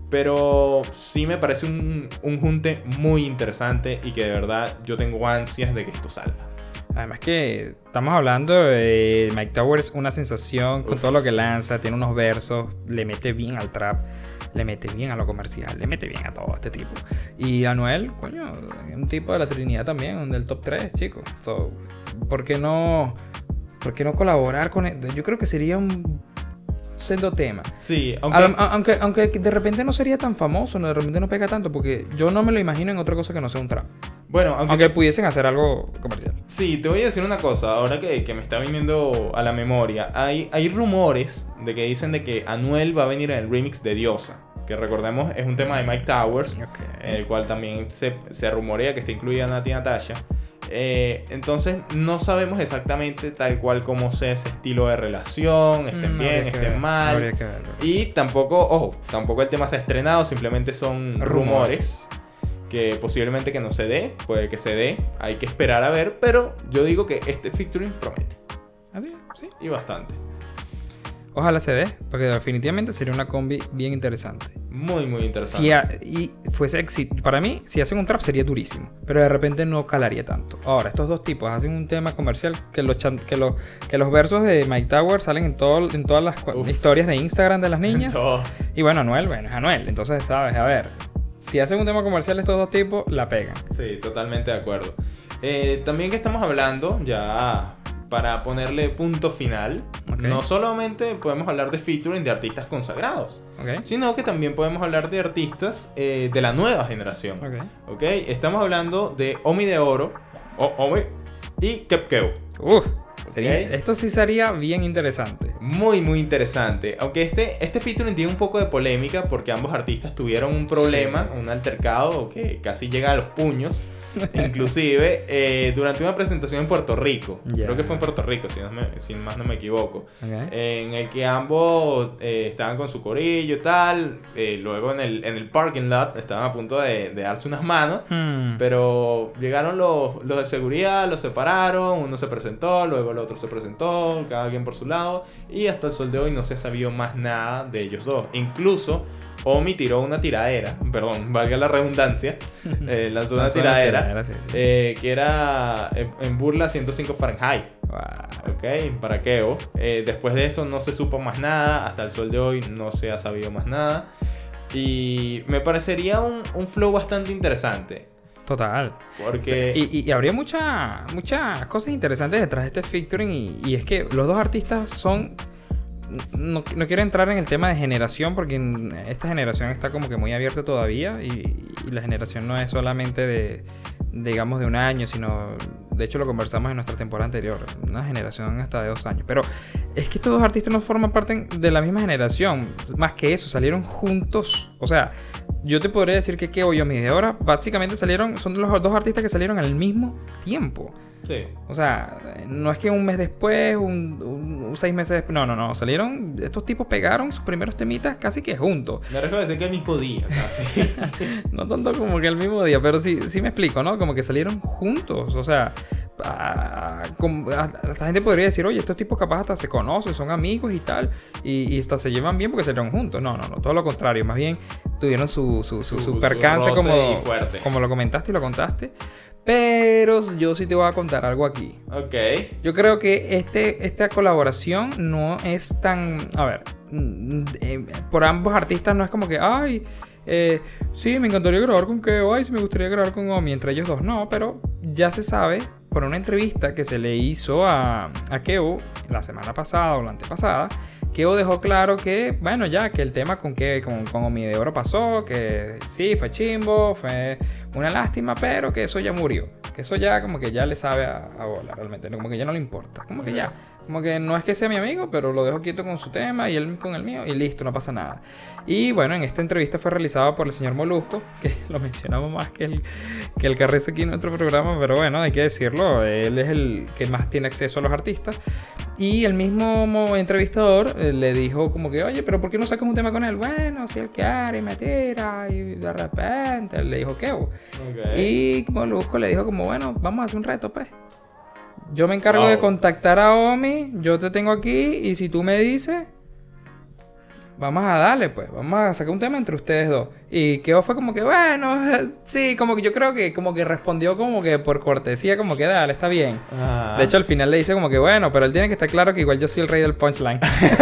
Speaker 4: Pero sí me parece un, un junte muy interesante y que de verdad yo tengo ansias de que esto salga.
Speaker 3: Además que estamos hablando de Mike Towers, una sensación con Uf. todo lo que lanza, tiene unos versos, le mete bien al trap, le mete bien a lo comercial, le mete bien a todo este tipo. Y Anuel, coño, un tipo de la Trinidad también, del top tres, chicos. So, ¿por qué no, por qué no colaborar con él? Yo creo que sería un sendo tema.
Speaker 4: Sí, aunque...
Speaker 3: A, aunque aunque de repente no sería tan famoso, no, de repente no pega tanto, porque yo no me lo imagino en otra cosa que no sea un trap.
Speaker 4: Bueno, aunque,
Speaker 3: aunque pudiesen hacer algo comercial.
Speaker 4: Sí, te voy a decir una cosa, ahora que, que me está viniendo a la memoria. Hay, hay rumores de que dicen de que Anuel va a venir en el remix de Diosa, que recordemos es un tema de Mike Towers,
Speaker 3: okay.
Speaker 4: en el cual también se, se rumorea que está incluida Nati Natasha. Eh, entonces no sabemos exactamente tal cual cómo sea ese estilo de relación, estén
Speaker 3: no
Speaker 4: bien, estén ver, mal.
Speaker 3: No
Speaker 4: y tampoco, ojo, tampoco el tema se ha estrenado, simplemente son rumores. rumores. Que posiblemente que no se dé, puede que se dé, hay que esperar a ver, pero yo digo que este featuring promete.
Speaker 3: Así, sí.
Speaker 4: Y bastante.
Speaker 3: Ojalá se dé, porque definitivamente sería una combi bien interesante.
Speaker 4: Muy, muy interesante.
Speaker 3: Si a, y fuese éxito, para mí, si hacen un trap sería durísimo, pero de repente no calaría tanto. Ahora, estos dos tipos hacen un tema comercial que los, que los, que los versos de Mike Towers salen en, todo, en todas las Uf. historias de Instagram de las niñas. Y bueno, Anuel, bueno, es Anuel, entonces, ¿sabes? A ver... Si hacen un tema comercial estos dos tipos, la pegan.
Speaker 4: Sí, totalmente de acuerdo. Eh, también que estamos hablando, ya para ponerle punto final, okay. no solamente podemos hablar de featuring de artistas consagrados, okay. sino que también podemos hablar de artistas eh, de la nueva generación.
Speaker 3: Okay.
Speaker 4: Okay. Estamos hablando de Omi de Oro, o, Omi y Kepkeo.
Speaker 3: Uf. Sería, okay. Esto sí sería bien interesante.
Speaker 4: Muy, muy interesante. Aunque este, este featuring tiene un poco de polémica porque ambos artistas tuvieron un problema, sí. un altercado que casi llega a los puños. Inclusive eh, durante una presentación en Puerto Rico. Yeah. Creo que fue en Puerto Rico, si, no me, si más no me equivoco. Okay. Eh, en el que ambos eh, estaban con su corillo y tal. Eh, luego en el, en el parking lot estaban a punto de, de darse unas manos. Hmm. Pero llegaron los, los de seguridad, los separaron. Uno se presentó, luego el otro se presentó. Cada quien por su lado. Y hasta el sol de hoy no se ha sabido más nada de ellos dos. Incluso Omi tiró una tiradera, perdón, valga la redundancia, eh, lanzó una tiradera, tiradera sí, sí. Eh, que era en, en burla ciento cinco Fahrenheit. Wow. Ok, para Keo. Eh, después de eso no se supo más nada, hasta el sol de hoy no se ha sabido más nada. Y me parecería un, un flow bastante interesante.
Speaker 3: Total.
Speaker 4: Porque...
Speaker 3: Sí, y, y habría muchas muchas cosas interesantes detrás de este featuring. Y, y es que los dos artistas son... No, no quiero entrar en el tema de generación porque esta generación está como que muy abierta todavía y, y la generación no es solamente de, digamos, de un año, sino, de hecho lo conversamos en nuestra temporada anterior, una generación hasta de dos años. Pero es que estos dos artistas no forman parte de la misma generación, más que eso, salieron juntos, o sea, yo te podría decir que Keo y Omi de Ora básicamente salieron, son los dos artistas que salieron al mismo tiempo.
Speaker 4: Sí.
Speaker 3: O sea, no es que un mes después, un, un, un seis meses después. No, no, no. Salieron, estos tipos pegaron sus primeros temitas casi que juntos.
Speaker 4: Me recuerdo decir que el mismo día, casi.
Speaker 3: No tanto como que el mismo día, pero sí, sí me explico, ¿no? Como que salieron juntos. O sea, a, a, a, la gente podría decir, oye, estos tipos capaz hasta se conocen, son amigos y tal. Y, y hasta se llevan bien porque salieron juntos. No, no, no. Todo lo contrario. Más bien tuvieron su, su, su, su, su percance
Speaker 4: su
Speaker 3: como,
Speaker 4: fuerte.
Speaker 3: como lo comentaste y lo contaste. Pero yo sí te voy a contar algo aquí.
Speaker 4: Ok.
Speaker 3: Yo creo que este, esta colaboración no es tan... A ver, eh, por ambos artistas no es como que... Ay, eh, sí, me encantaría grabar con Keo. Ay, sí, me gustaría grabar con Omi. Entre ellos dos no, pero ya se sabe por una entrevista que se le hizo a, a Keo la semana pasada o la antepasada. Keo dejó claro que, bueno, ya, que el tema con que con, con Omi de Oro pasó, que sí, fue chimbo, fue una lástima, pero que eso ya murió. Que eso ya como que ya le sabe a, a bola realmente, como que ya no le importa. Como que ya, como que no es que sea mi amigo, pero lo dejo quieto con su tema y él con el mío y listo, no pasa nada. Y bueno, en esta entrevista fue realizada por el señor Molusco, que lo mencionamos más que el, que el Carrizo aquí en nuestro programa, pero bueno, hay que decirlo, él es el que más tiene acceso a los artistas. Y el mismo entrevistador eh, le dijo como que, oye, pero ¿por qué no sacas un tema con él? Bueno, si él quiere y me tira y de repente él le dijo Keo. Okay. Y Molusco le dijo como, bueno, vamos a hacer un reto, pues. Yo me encargo wow. de contactar a Omi, yo te tengo aquí y si tú me dices, vamos a darle, pues, vamos a sacar un tema entre ustedes dos. Y Keo fue como que, bueno, sí, como que yo creo que como que respondió como que por cortesía, como que dale, está bien. Ah. De hecho, al final le dice como que, bueno, pero él tiene que estar claro que igual yo soy el rey del punchline.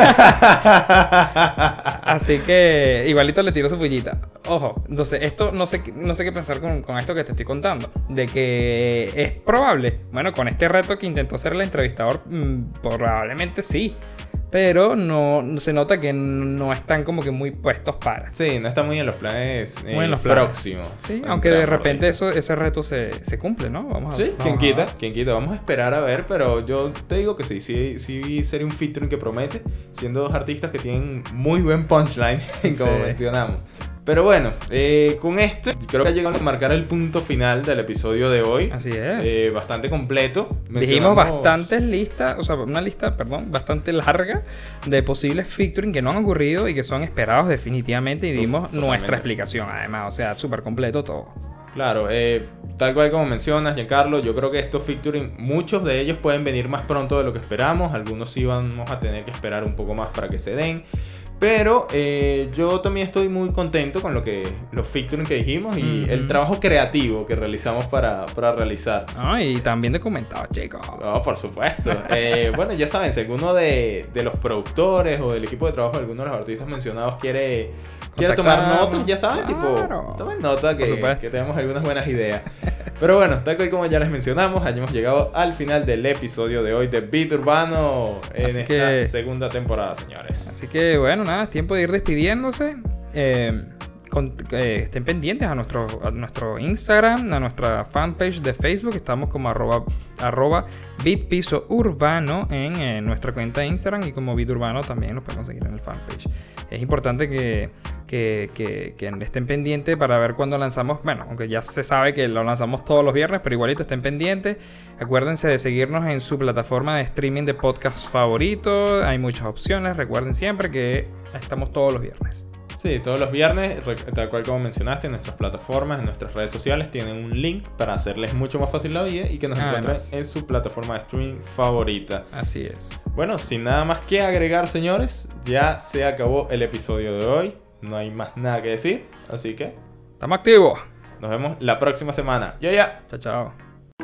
Speaker 3: Así que igualito le tiró su pullita. Ojo, entonces esto no sé, no sé qué pensar con, con esto que te estoy contando. De que es probable, bueno, con este reto que intentó hacer el entrevistador, mmm, probablemente sí. Pero no se nota que no están como que muy puestos para.
Speaker 4: Sí, no están muy en los planes, eh,
Speaker 3: muy en los planes.
Speaker 4: próximos.
Speaker 3: Sí, aunque de repente eso, ese reto se, se cumple, ¿no? Vamos a ver.
Speaker 4: Sí, quien quita, quien quita. Vamos a esperar a ver, pero yo te digo que sí, sí, sí sería un featuring que promete, siendo dos artistas que tienen muy buen punchline, como sí. mencionamos. Pero bueno, eh, con esto creo que ha llegado a marcar el punto final del episodio de hoy.
Speaker 3: Así es.
Speaker 4: Eh, bastante completo.
Speaker 3: Dijimos bastantes listas, o sea, una lista, perdón, bastante larga de posibles featuring que no han ocurrido y que son esperados definitivamente y dimos Uf, nuestra explicación además, o sea, súper completo todo.
Speaker 4: Claro, eh, tal cual como mencionas, Giancarlo, yo creo que estos featuring, muchos de ellos pueden venir más pronto de lo que esperamos, algunos sí vamos a tener que esperar un poco más para que se den. Pero eh, yo también estoy muy contento con lo que los featuring que dijimos y mm-hmm. el trabajo creativo que realizamos para, para realizar.
Speaker 3: Ah, y también documentado, chicos.
Speaker 4: Oh, por supuesto. eh, bueno, ya saben, si alguno de, de los productores o del equipo de trabajo de alguno de los artistas mencionados quiere, quiere tomar notas, ya saben, claro. tipo, tomen nota que, que tenemos algunas buenas ideas. Pero bueno, tal cual como ya les mencionamos, hayamos llegado al final del episodio de hoy de Beat Urbano en así esta que, segunda temporada, señores.
Speaker 3: Así que bueno, nada, es tiempo de ir despidiéndose. Eh, con, eh, estén pendientes a nuestro, a nuestro Instagram, a nuestra fanpage de Facebook. Estamos como arroba, arroba Beat Piso Urbano en eh, nuestra cuenta de Instagram y como Beat Urbano también nos pueden conseguir en el fanpage. Es importante que, que, que, que estén pendientes para ver cuándo lanzamos. Bueno, aunque ya se sabe que lo lanzamos todos los viernes, pero igualito estén pendientes. Acuérdense de seguirnos en su plataforma de streaming de podcast favorito. Hay muchas opciones. Recuerden siempre que estamos todos los viernes.
Speaker 4: Sí, todos los viernes, tal cual como mencionaste, en nuestras plataformas, en nuestras redes sociales, tienen un link para hacerles mucho más fácil la vida y que nos ah, encuentren nice. en su plataforma de streaming favorita.
Speaker 3: Así es.
Speaker 4: Bueno, sin nada más que agregar, señores, ya se acabó el episodio de hoy. No hay más nada que decir, así que...
Speaker 3: ¡Estamos activos!
Speaker 4: Nos vemos la próxima semana. ¡Ya, ya!
Speaker 3: Chao, chao.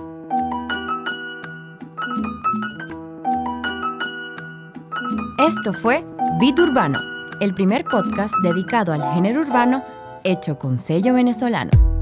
Speaker 1: Esto fue Beat Urbano, el primer podcast dedicado al género urbano hecho con sello venezolano.